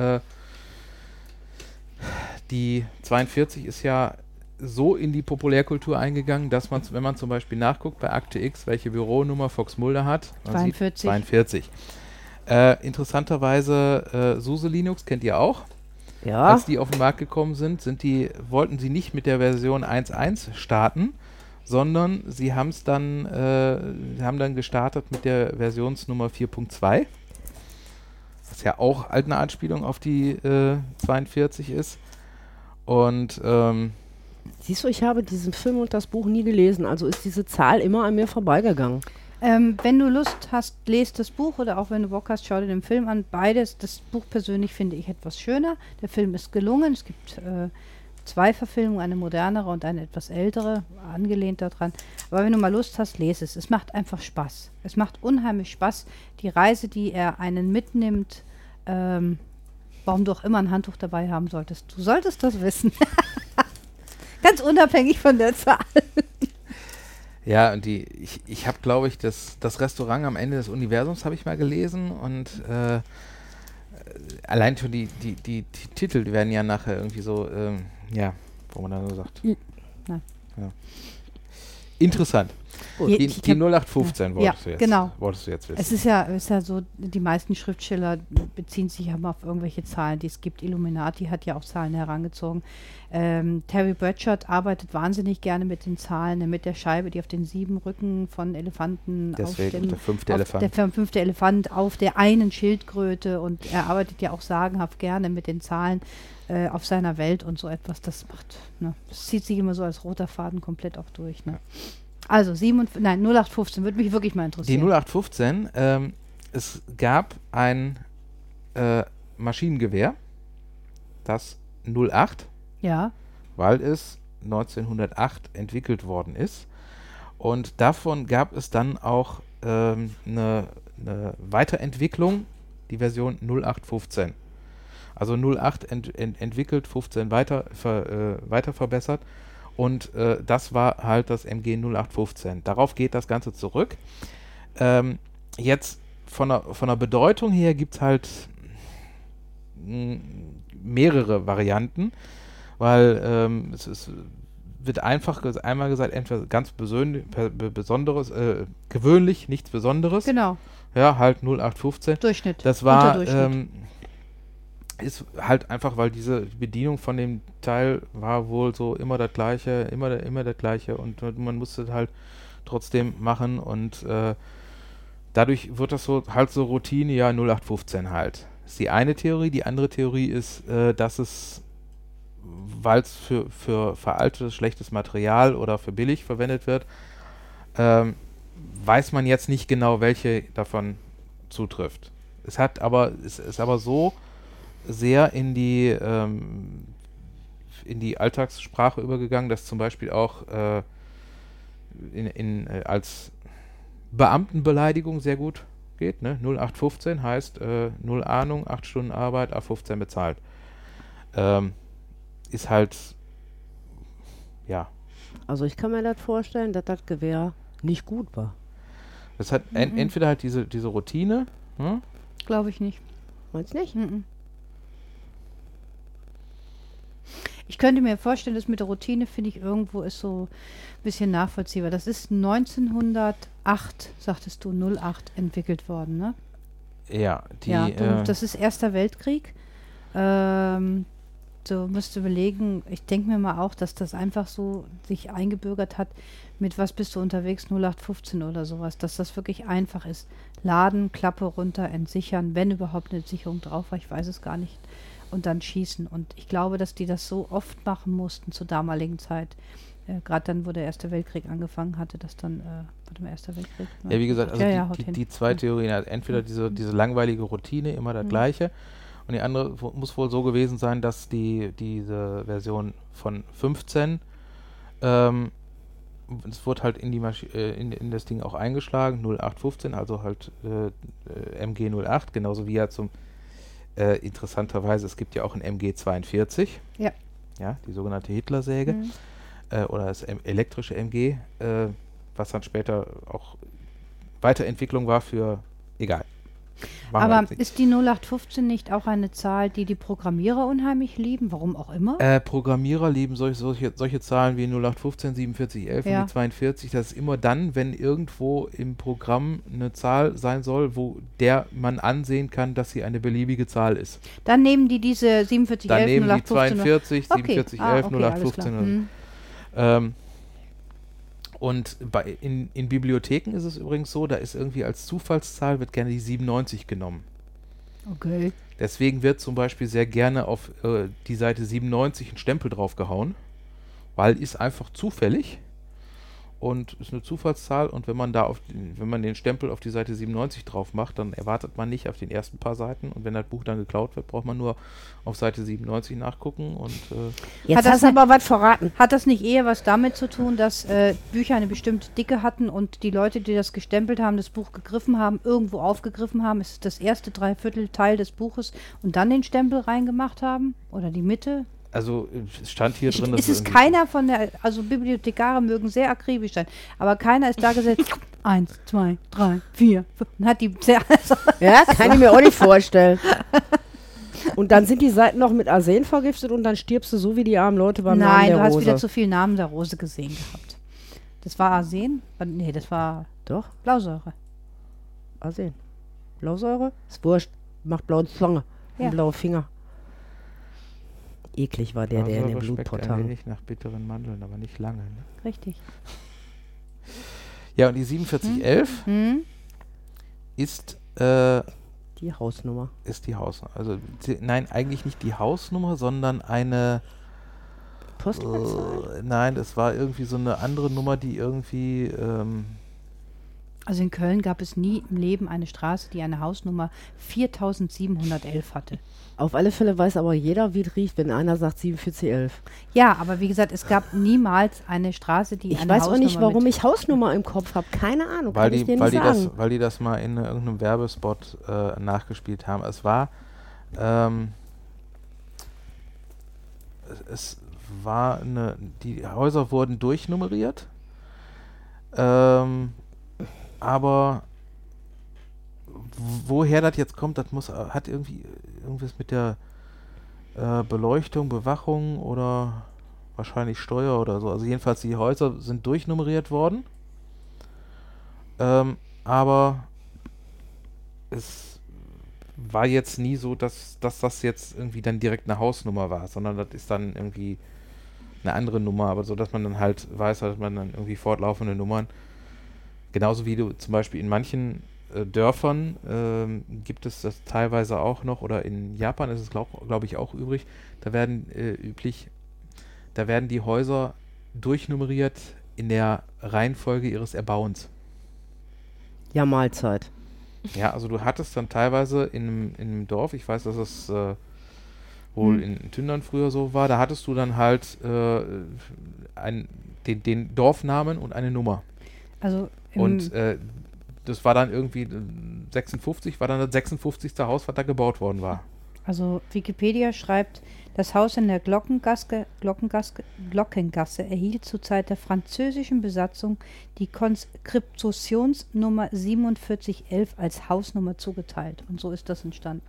die 42 ist ja so in die Populärkultur eingegangen, dass man, wenn man zum Beispiel nachguckt bei Akte X, welche Büronummer Fox Mulder hat, man 42. sieht 42. Interessanterweise SUSE Linux kennt ihr auch. Ja. Als die auf den Markt gekommen sind, wollten sie nicht mit der Version 1.1 starten, sondern sie haben dann gestartet mit der Versionsnummer 4.2, was ja auch eine Anspielung auf die 42 ist. Und siehst du, ich habe diesen Film und das Buch nie gelesen, also ist diese Zahl immer an mir vorbeigegangen. Wenn du Lust hast, lest das Buch oder auch wenn du Bock hast, schau dir den Film an. Beides, das Buch persönlich finde ich etwas schöner. Der Film ist gelungen. Es gibt 2 Verfilmungen, eine modernere und eine etwas ältere, angelehnt daran. Aber wenn du mal Lust hast, lese es. Es macht einfach Spaß. Es macht unheimlich Spaß. Die Reise, die er einen mitnimmt, warum du auch immer ein Handtuch dabei haben solltest. Du solltest das wissen. Ganz unabhängig von der Zahl. ja, und ich habe, glaube ich, das Restaurant am Ende des Universums habe ich mal gelesen und allein schon die Titel, die werden ja nachher irgendwie so, wo man dann so sagt. Nein. Ja. Interessant. Die 0815 wolltest du jetzt wissen. Es ist ja so, die meisten Schriftsteller beziehen sich ja mal auf irgendwelche Zahlen, die es gibt. Illuminati hat ja auch Zahlen herangezogen. Terry Pratchett arbeitet wahnsinnig gerne mit den Zahlen, mit der Scheibe, die auf den 7 Rücken von Elefanten Deswegen der 5. Elefant. Der 5. Elefant auf der einen Schildkröte, und er arbeitet ja auch sagenhaft gerne mit den Zahlen auf seiner Welt und so etwas. Das zieht sich immer so als roter Faden komplett auch durch. Ne? Also 0815 würde mich wirklich mal interessieren. Die 0815, es gab ein Maschinengewehr, das 08, weil es 1908 entwickelt worden ist. Und davon gab es dann auch eine Weiterentwicklung, die Version 0815. Also 08 entwickelt, 15 weiter verbessert. Und das war halt das MG 0815. Darauf geht das Ganze zurück. Jetzt von der Bedeutung her gibt es halt mehrere Varianten, weil es wird einmal gesagt, entweder ganz Besonderes, gewöhnlich, nichts Besonderes. Genau. Ja, halt 0815. Durchschnitt. Das war ist halt einfach, weil diese Bedienung von dem Teil war wohl so immer das Gleiche, immer das Gleiche, und man musste halt trotzdem machen, und dadurch wird das so halt so Routine, ja, 0815 halt. Das ist die eine Theorie. Die andere Theorie ist, dass es, weil es für veraltetes, schlechtes Material oder für billig verwendet wird, weiß man jetzt nicht genau, welche davon zutrifft. Es ist aber so sehr in die Alltagssprache übergegangen, dass zum Beispiel auch als Beamtenbeleidigung sehr gut geht. Ne? 0815 heißt 0 Ahnung, 8 Stunden Arbeit, A15 bezahlt. Ist halt, ja. Also ich kann mir das vorstellen, dass das Gewehr nicht gut war. Das hat entweder halt diese Routine. Glaube ich nicht. Meinst du nicht? Ich könnte mir vorstellen, das mit der Routine, finde ich, irgendwo ist so ein bisschen nachvollziehbar. Das ist 1908, sagtest du, 08 entwickelt worden, ne? Ja, das ist Erster Weltkrieg. So musst du überlegen, ich denke mir mal auch, dass das einfach so sich eingebürgert hat, mit was bist du unterwegs, 0815 oder sowas, dass das wirklich einfach ist. Laden, Klappe runter, entsichern, wenn überhaupt eine Sicherung drauf war, ich weiß es gar nicht. Und dann schießen. Und ich glaube, dass die das so oft machen mussten zur damaligen Zeit. Gerade dann, wo der Erste Weltkrieg angefangen hatte, dass dann, Erster Weltkrieg. Ja, wie gesagt, also die zwei Theorien, also entweder diese langweilige Routine, immer das Gleiche, und die andere muss wohl so gewesen sein, dass diese Version von 15 es wurde halt in in das Ding auch eingeschlagen, 0815, also halt MG 08, genauso wie ja interessanterweise, es gibt ja auch ein MG 42. Ja. Ja, die sogenannte Hitlersäge. Oder das elektrische MG, was dann später auch Weiterentwicklung war für, egal. Machen wir Aber jetzt nicht. ist die 0815 nicht auch eine Zahl, die die Programmierer unheimlich lieben? Warum auch immer? Programmierer lieben solche Zahlen wie 0815, 4711 Ja. und die 42. Das ist immer dann, wenn irgendwo im Programm eine Zahl sein soll, wo der man ansehen kann, dass sie eine beliebige Zahl ist. Dann nehmen die diese 4711, Dann nehmen die 0815. 42, Okay. 4711, Okay, alles klar. 0815. Und in Bibliotheken ist es übrigens so, da ist irgendwie als Zufallszahl wird gerne die 97 genommen. Okay. Deswegen wird zum Beispiel sehr gerne auf die Seite 97 ein Stempel draufgehauen, weil ist einfach zufällig und ist eine Zufallszahl, und wenn man wenn man den Stempel auf die Seite 97 drauf macht, dann erwartet man nicht auf den ersten paar Seiten, und wenn das Buch dann geklaut wird, braucht man nur auf Seite 97 nachgucken und Jetzt Hat das hast du aber was verraten. Hat das nicht eher was damit zu tun, dass Bücher eine bestimmte Dicke hatten und die Leute, die das gestempelt haben, das Buch gegriffen haben, irgendwo aufgegriffen haben, ist das erste Dreiviertelteil des Buches und dann den Stempel reingemacht haben? Oder die Mitte? also es stand hier drin, Ist es irgendwie- keiner von der, also Bibliothekare mögen sehr akribisch sein, aber keiner ist da gesetzt, 1, 2, 3, 4, 5, und hat die sehr, Ja, kann ich mir auch nicht vorstellen. Und dann sind die Seiten noch mit Arsen vergiftet und dann stirbst du so wie die armen Leute beim Namen Nein, der du hast Rose. wieder zu viel Namen der Rose gesehen gehabt. Das war Arsen? Nee, das war Doch, Blausäure. Arsen. Blausäure? Ist wurscht. Macht blaue Zunge Ja. und blaue Finger. Eklig war der in Blausäure den schmeckt ein Blutportalen. wenig nach bitteren Mandeln, aber nicht lange. Ne? Richtig. Ja, und die 4711 ist Die Hausnummer. die Hausnummer. Also nein, eigentlich nicht die Hausnummer, sondern eine Postleitzahl. nein, es war irgendwie so eine andere Nummer, die irgendwie Also in Köln gab es nie im Leben eine Straße, die eine Hausnummer 4711 hatte. Auf alle Fälle weiß aber jeder, wie es riecht, wenn einer sagt 4711. Ja, aber wie gesagt, es gab niemals eine Straße, die Ich eine weiß auch Hausnummer nicht, warum mit ich Hausnummer im Kopf habe. Keine Ahnung, weil kann ich die, dir weil, nicht die sagen. weil die das mal in irgendeinem Werbespot nachgespielt haben. Es war es war die Häuser wurden durchnummeriert, aber woher das jetzt kommt, das hat irgendwie irgendwas mit der Beleuchtung, Bewachung oder wahrscheinlich Steuer oder so. Also jedenfalls die Häuser sind durchnummeriert worden, aber es war jetzt nie so, dass das jetzt irgendwie dann direkt eine Hausnummer war, sondern das ist dann irgendwie eine andere Nummer, aber so, dass man dann halt weiß, dass man dann irgendwie fortlaufende Nummern, genauso wie du zum Beispiel in manchen Dörfern gibt es das teilweise auch noch, oder in Japan ist es glaube ich auch üblich, da werden die Häuser durchnummeriert in der Reihenfolge ihres Erbauens. Ja, Mahlzeit. Ja, also du hattest dann teilweise in einem Dorf, ich weiß, dass es wohl in Tündern früher so war, da hattest du dann halt den Dorfnamen und eine Nummer. Also Und das war dann irgendwie 56, war dann das 56. Haus, was da gebaut worden war. Also Wikipedia schreibt, das Haus in der Glockengasse erhielt zur Zeit der französischen Besatzung die Konskriptionsnummer 4711 als Hausnummer zugeteilt. Und so ist das entstanden.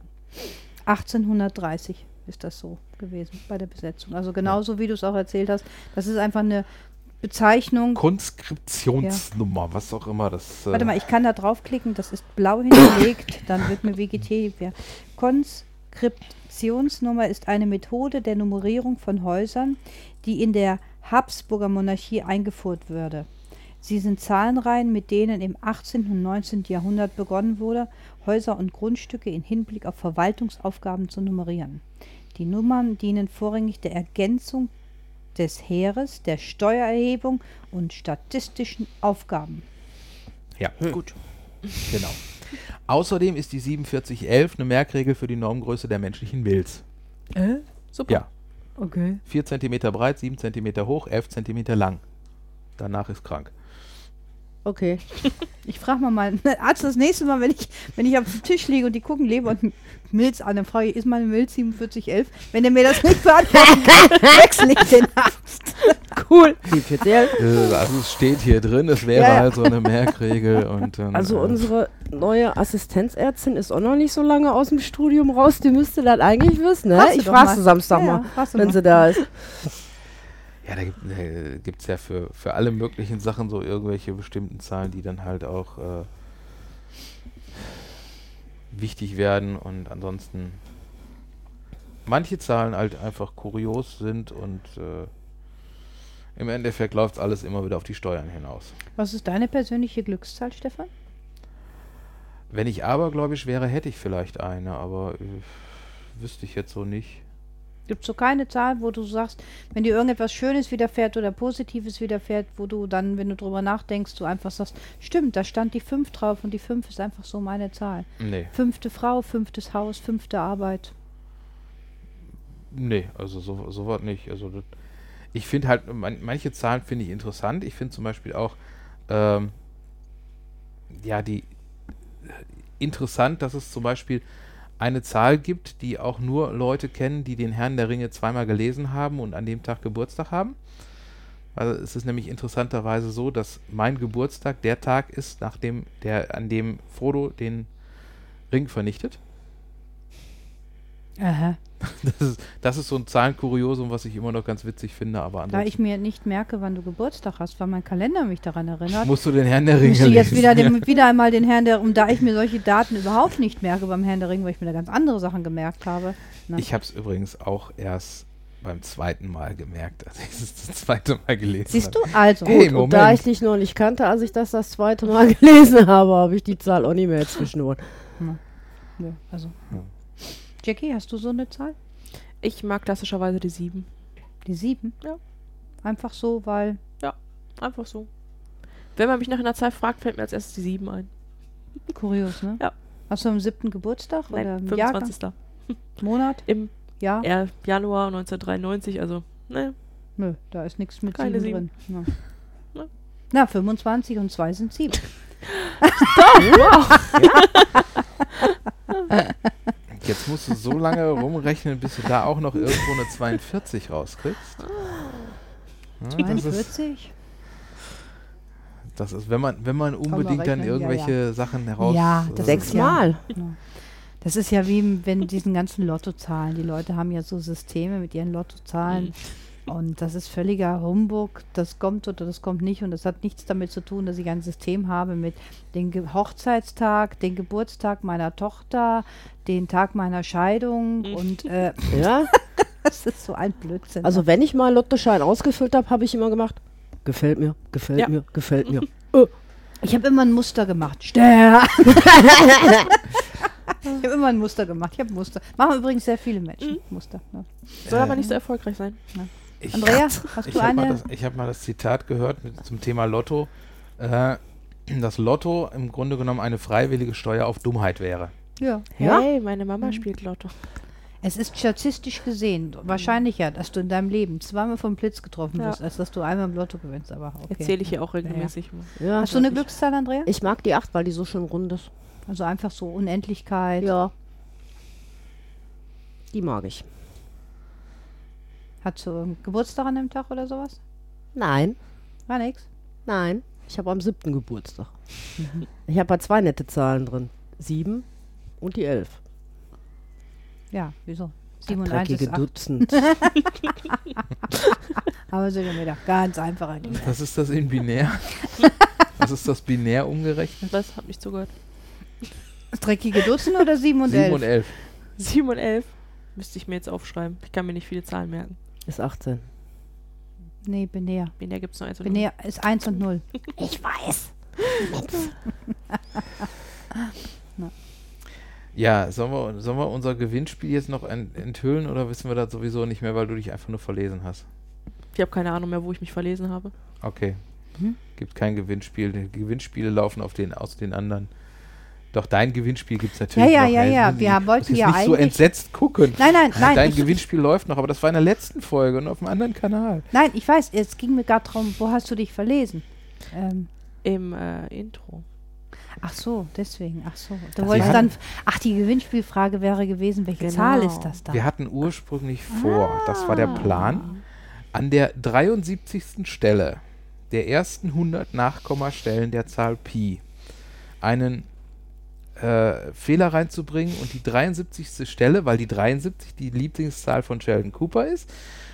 1830 ist das so gewesen bei der Besetzung. Also genauso wie du es auch erzählt hast. Das ist einfach eine Bezeichnung. Konskriptionsnummer, was auch immer das. Warte mal, ich kann da draufklicken, das ist blau hinterlegt, dann wird mir Wikipedia. Konskriptionsnummer ist eine Methode der Nummerierung von Häusern, die in der Habsburger Monarchie eingeführt wurde. Sie sind Zahlenreihen, mit denen im 18. und 19. Jahrhundert begonnen wurde, Häuser und Grundstücke in Hinblick auf Verwaltungsaufgaben zu nummerieren. Die Nummern dienen vorrangig der Ergänzung des Heeres, der Steuererhebung und statistischen Aufgaben. Ja, gut. Genau. Außerdem ist die 4711 eine Merkregel für die Normgröße der menschlichen Milz. Super. Ja. Okay. 4 cm breit, 7 cm hoch, 11 cm lang. Danach ist krank. Okay. Ich frage mal Arzt das nächste Mal, wenn ich auf dem Tisch liege und die gucken Leber und Milz an, dann frage ich, ist meine Milz 4711? Wenn der mir das nicht beantworten kann, wechsle ich den Arzt. Cool. 4711. Also es steht hier drin, es wäre Ja, ja. halt so eine Merkregel. Und dann, Also unsere neue Assistenzärztin ist auch noch nicht so lange aus dem Studium raus. Die müsste das eigentlich wissen, ne? Frag sie Ich doch frage mal. sie Samstag Ja, mal, frag sie wenn mal. sie da ist. ja, da gibt es ja für alle möglichen Sachen so irgendwelche bestimmten Zahlen, die dann halt auch wichtig werden und ansonsten manche Zahlen halt einfach kurios sind und im Endeffekt läuft alles immer wieder auf die Steuern hinaus. Was ist deine persönliche Glückszahl, Stefan? Wenn ich abergläubisch wäre, hätte ich vielleicht eine, aber wüsste ich jetzt so nicht. Gibt es so keine Zahl, wo du sagst, wenn dir irgendetwas Schönes widerfährt oder Positives widerfährt, wo du dann, wenn du drüber nachdenkst, du einfach sagst, stimmt, da stand die 5 drauf und die 5 ist einfach so meine Zahl. Nee. 5. Frau, 5. Haus, 5. Arbeit. Nee, also so was nicht. Also ich finde halt, manche Zahlen finde ich interessant. Ich finde zum Beispiel auch, interessant, dass es zum Beispiel eine Zahl gibt, die auch nur Leute kennen, die den Herrn der Ringe zweimal gelesen haben und an dem Tag Geburtstag haben. Also es ist nämlich interessanterweise so, dass mein Geburtstag der Tag ist, an dem Frodo den Ring vernichtet. Aha. Das ist so ein Zahlenkuriosum, was ich immer noch ganz witzig finde, aber Da ansonsten ich mir nicht merke, wann du Geburtstag hast, weil mein Kalender mich daran erinnert, musst du den Herrn der Ringe musst du jetzt lesen. wieder einmal den Herrn der, und da ich mir solche Daten überhaupt nicht merke beim Herrn der Ringe, weil ich mir da ganz andere Sachen gemerkt habe. Ne? Ich habe es übrigens auch erst beim zweiten Mal gemerkt, als ich es das zweite Mal gelesen Siehst du? habe. Also, Hey, Gut, und da Moment. ich dich noch nicht kannte, als ich das zweite Mal gelesen habe, habe ich die Zahl auch nicht mehr zwischenholen. ja, also. Ja. Jackie, hast du so eine Zahl? Ich mag klassischerweise die 7. Die 7? Ja. Einfach so, weil Einfach so. Wenn man mich nach einer Zahl fragt, fällt mir als erstes die 7 ein. kurios, ne? Ja. Hast du am 7. Geburtstag oder Nein, im Jahrgang? 25. Monat? Im Ja? Januar 1993, also, ne. Nö, da ist nichts mit Keine 7 drin. Sieben. Ja. Ne. Na, 25 und 2 sind 7. Jetzt musst du so lange rumrechnen, bis du da auch noch irgendwo eine 42 rauskriegst. Ja, 42? das ist, wenn man unbedingt dann rechnen, irgendwelche Sachen heraus... Ja, das ist 6-mal. Das ist ja wie wenn diesen ganzen Lottozahlen. Die Leute haben ja so Systeme mit ihren Lottozahlen. Und das ist völliger Humbug. Das kommt oder das kommt nicht. Und das hat nichts damit zu tun, dass ich ein System habe mit dem Hochzeitstag, den Geburtstag meiner Tochter, den Tag meiner Scheidung. Und Ja? das ist so ein Blödsinn. Also wenn ich mal Lottoschein ausgefüllt habe, habe ich immer gemacht, gefällt mir, gefällt Ja. mir, gefällt mir. ich habe immer ein Muster gemacht. Stern. Ich habe immer ein Muster gemacht. Ich habe Muster. Machen übrigens sehr viele Menschen. Muster. Ne? Soll aber nicht so erfolgreich sein. Ich- Andrea, hast Ich du habe eine? hab mal das Zitat gehört zum Thema Lotto, dass Lotto im Grunde genommen eine freiwillige Steuer auf Dummheit wäre. Ja. Ja? Hey, meine Mama spielt Lotto. Es ist statistisch gesehen wahrscheinlicher, dass du in deinem Leben zweimal vom Blitz getroffen Ja. wirst, als dass du einmal im Lotto gewinnst. Aber okay. Erzähle ich hier auch regelmäßig. Ja, Hast du eine ich- Glückszahl, Andrea? Ich mag die 8, weil die so schön rund ist. Also einfach so Unendlichkeit. Ja. Die mag ich. Hat so Geburtstag an dem Tag oder sowas? Nein, War nix. nein. Ich habe am 7. Geburtstag. Ich habe da 2 nette Zahlen drin. 7 und die 11. Ja, wieso? Das 7 und 1 ist dreckige 8. Dutzend. Aber sind wir wieder ganz einfach eigentlich. Was ist das in binär? Was ist das binär umgerechnet? Das hat mich zugehört. Dreckige Dutzend oder 7 und 7 11? und 11. 7 und 11 müsste ich mir jetzt aufschreiben. Ich kann mir nicht viele Zahlen merken. Ist 18. Nee, binär. Binär gibt es nur 1 und Binär ist 1 und 0. Ich weiß. Ja, sollen wir unser Gewinnspiel jetzt noch enthüllen oder wissen wir das sowieso nicht mehr, weil du dich einfach nur verlesen hast? Ich habe keine Ahnung mehr, wo ich mich verlesen habe. Okay. Mhm. Gibt kein Gewinnspiel. Die Gewinnspiele laufen aus den anderen Doch, dein Gewinnspiel gibt es natürlich Ja, noch. ja, ja. Du Wir musst wollten jetzt ja nicht so eigentlich- entsetzt gucken. Nein. Dein Gewinnspiel läuft noch, aber das war in der letzten Folge und auf einem anderen Kanal. Nein, ich weiß, es ging mir gerade darum, wo hast du dich verlesen? Im Intro. Ach so, deswegen. Ach so. Du Sie wolltest hatten- dann. Ach, die Gewinnspielfrage wäre gewesen, welche Genau. Zahl ist das da? Wir hatten ursprünglich vor, das war der Plan, an der 73. Stelle der ersten 100 Nachkommastellen der Zahl Pi einen Fehler reinzubringen und die 73. Stelle, weil die 73 die Lieblingszahl von Sheldon Cooper ist,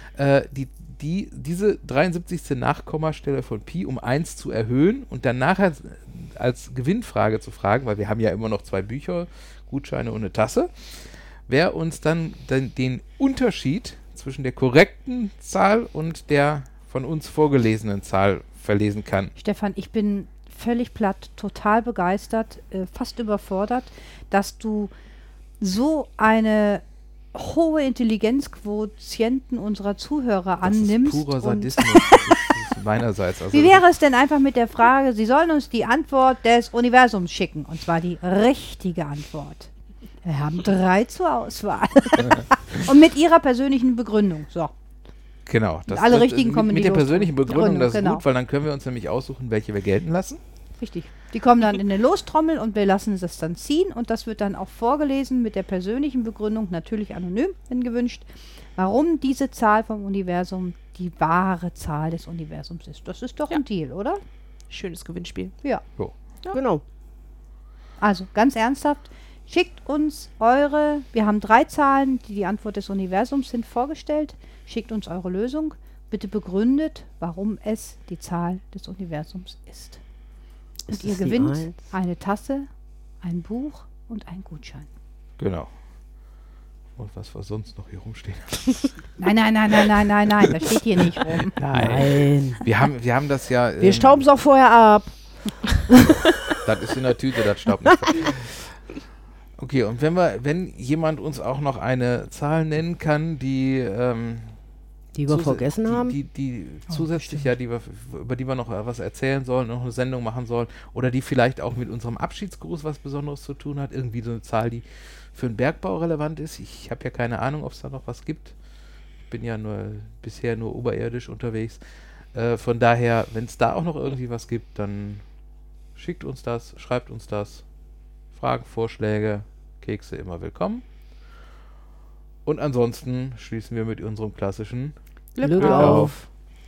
diese 73. Nachkommastelle von Pi um 1 zu erhöhen und dann nachher als Gewinnfrage zu fragen, weil wir haben ja immer noch 2 Bücher, Gutscheine und eine Tasse, wer uns dann den Unterschied zwischen der korrekten Zahl und der von uns vorgelesenen Zahl verlesen kann. Stefan, ich bin völlig platt, total begeistert, fast überfordert, dass du so eine hohe Intelligenzquotienten unserer Zuhörer annimmst. Das ist purer und Sadismus. Das ist meinerseits. Also wie wäre es denn einfach mit der Frage, Sie sollen uns die Antwort des Universums schicken, und zwar die richtige Antwort. Wir haben 3 zur Auswahl. Und mit Ihrer persönlichen Begründung. So. Genau. Alle richtigen kommen in mit die der persönlichen Begründung, das ist genau. gut, weil dann können wir uns nämlich aussuchen, welche wir gelten lassen. Richtig. Die kommen dann in eine Lostrommel und wir lassen es dann ziehen und das wird dann auch vorgelesen mit der persönlichen Begründung, natürlich anonym, wenn gewünscht, warum diese Zahl vom Universum die wahre Zahl des Universums ist. Das ist doch ein Deal, oder? Schönes Gewinnspiel. Ja. Genau. Also ganz ernsthaft, schickt uns wir haben 3 Zahlen, die die Antwort des Universums sind, vorgestellt. Schickt uns eure Lösung. Bitte begründet, warum es die Zahl des Universums ist. Und Ist ihr es die gewinnt 1? eine Tasse, ein Buch und einen Gutschein. Genau. Und was wir sonst noch hier rumstehen. Nein, das steht hier nicht rum. Nein. Wir haben das ja. Wir stauben es auch vorher ab. Das ist in der Tüte, das staubt nicht. Okay, und wenn jemand uns auch noch eine Zahl nennen kann, die Die wir vergessen haben. die zusätzlich über die wir noch was erzählen sollen, noch eine Sendung machen sollen, oder die vielleicht auch mit unserem Abschiedsgruß was Besonderes zu tun hat, irgendwie so eine Zahl, die für den Bergbau relevant ist. Ich habe ja keine Ahnung, ob es da noch was gibt. Ich bin ja bisher nur oberirdisch unterwegs. Von daher, wenn es da auch noch irgendwie was gibt, dann schickt uns das, schreibt uns das. Fragen, Vorschläge, Kekse immer willkommen. Und ansonsten schließen wir mit unserem klassischen Glück auf.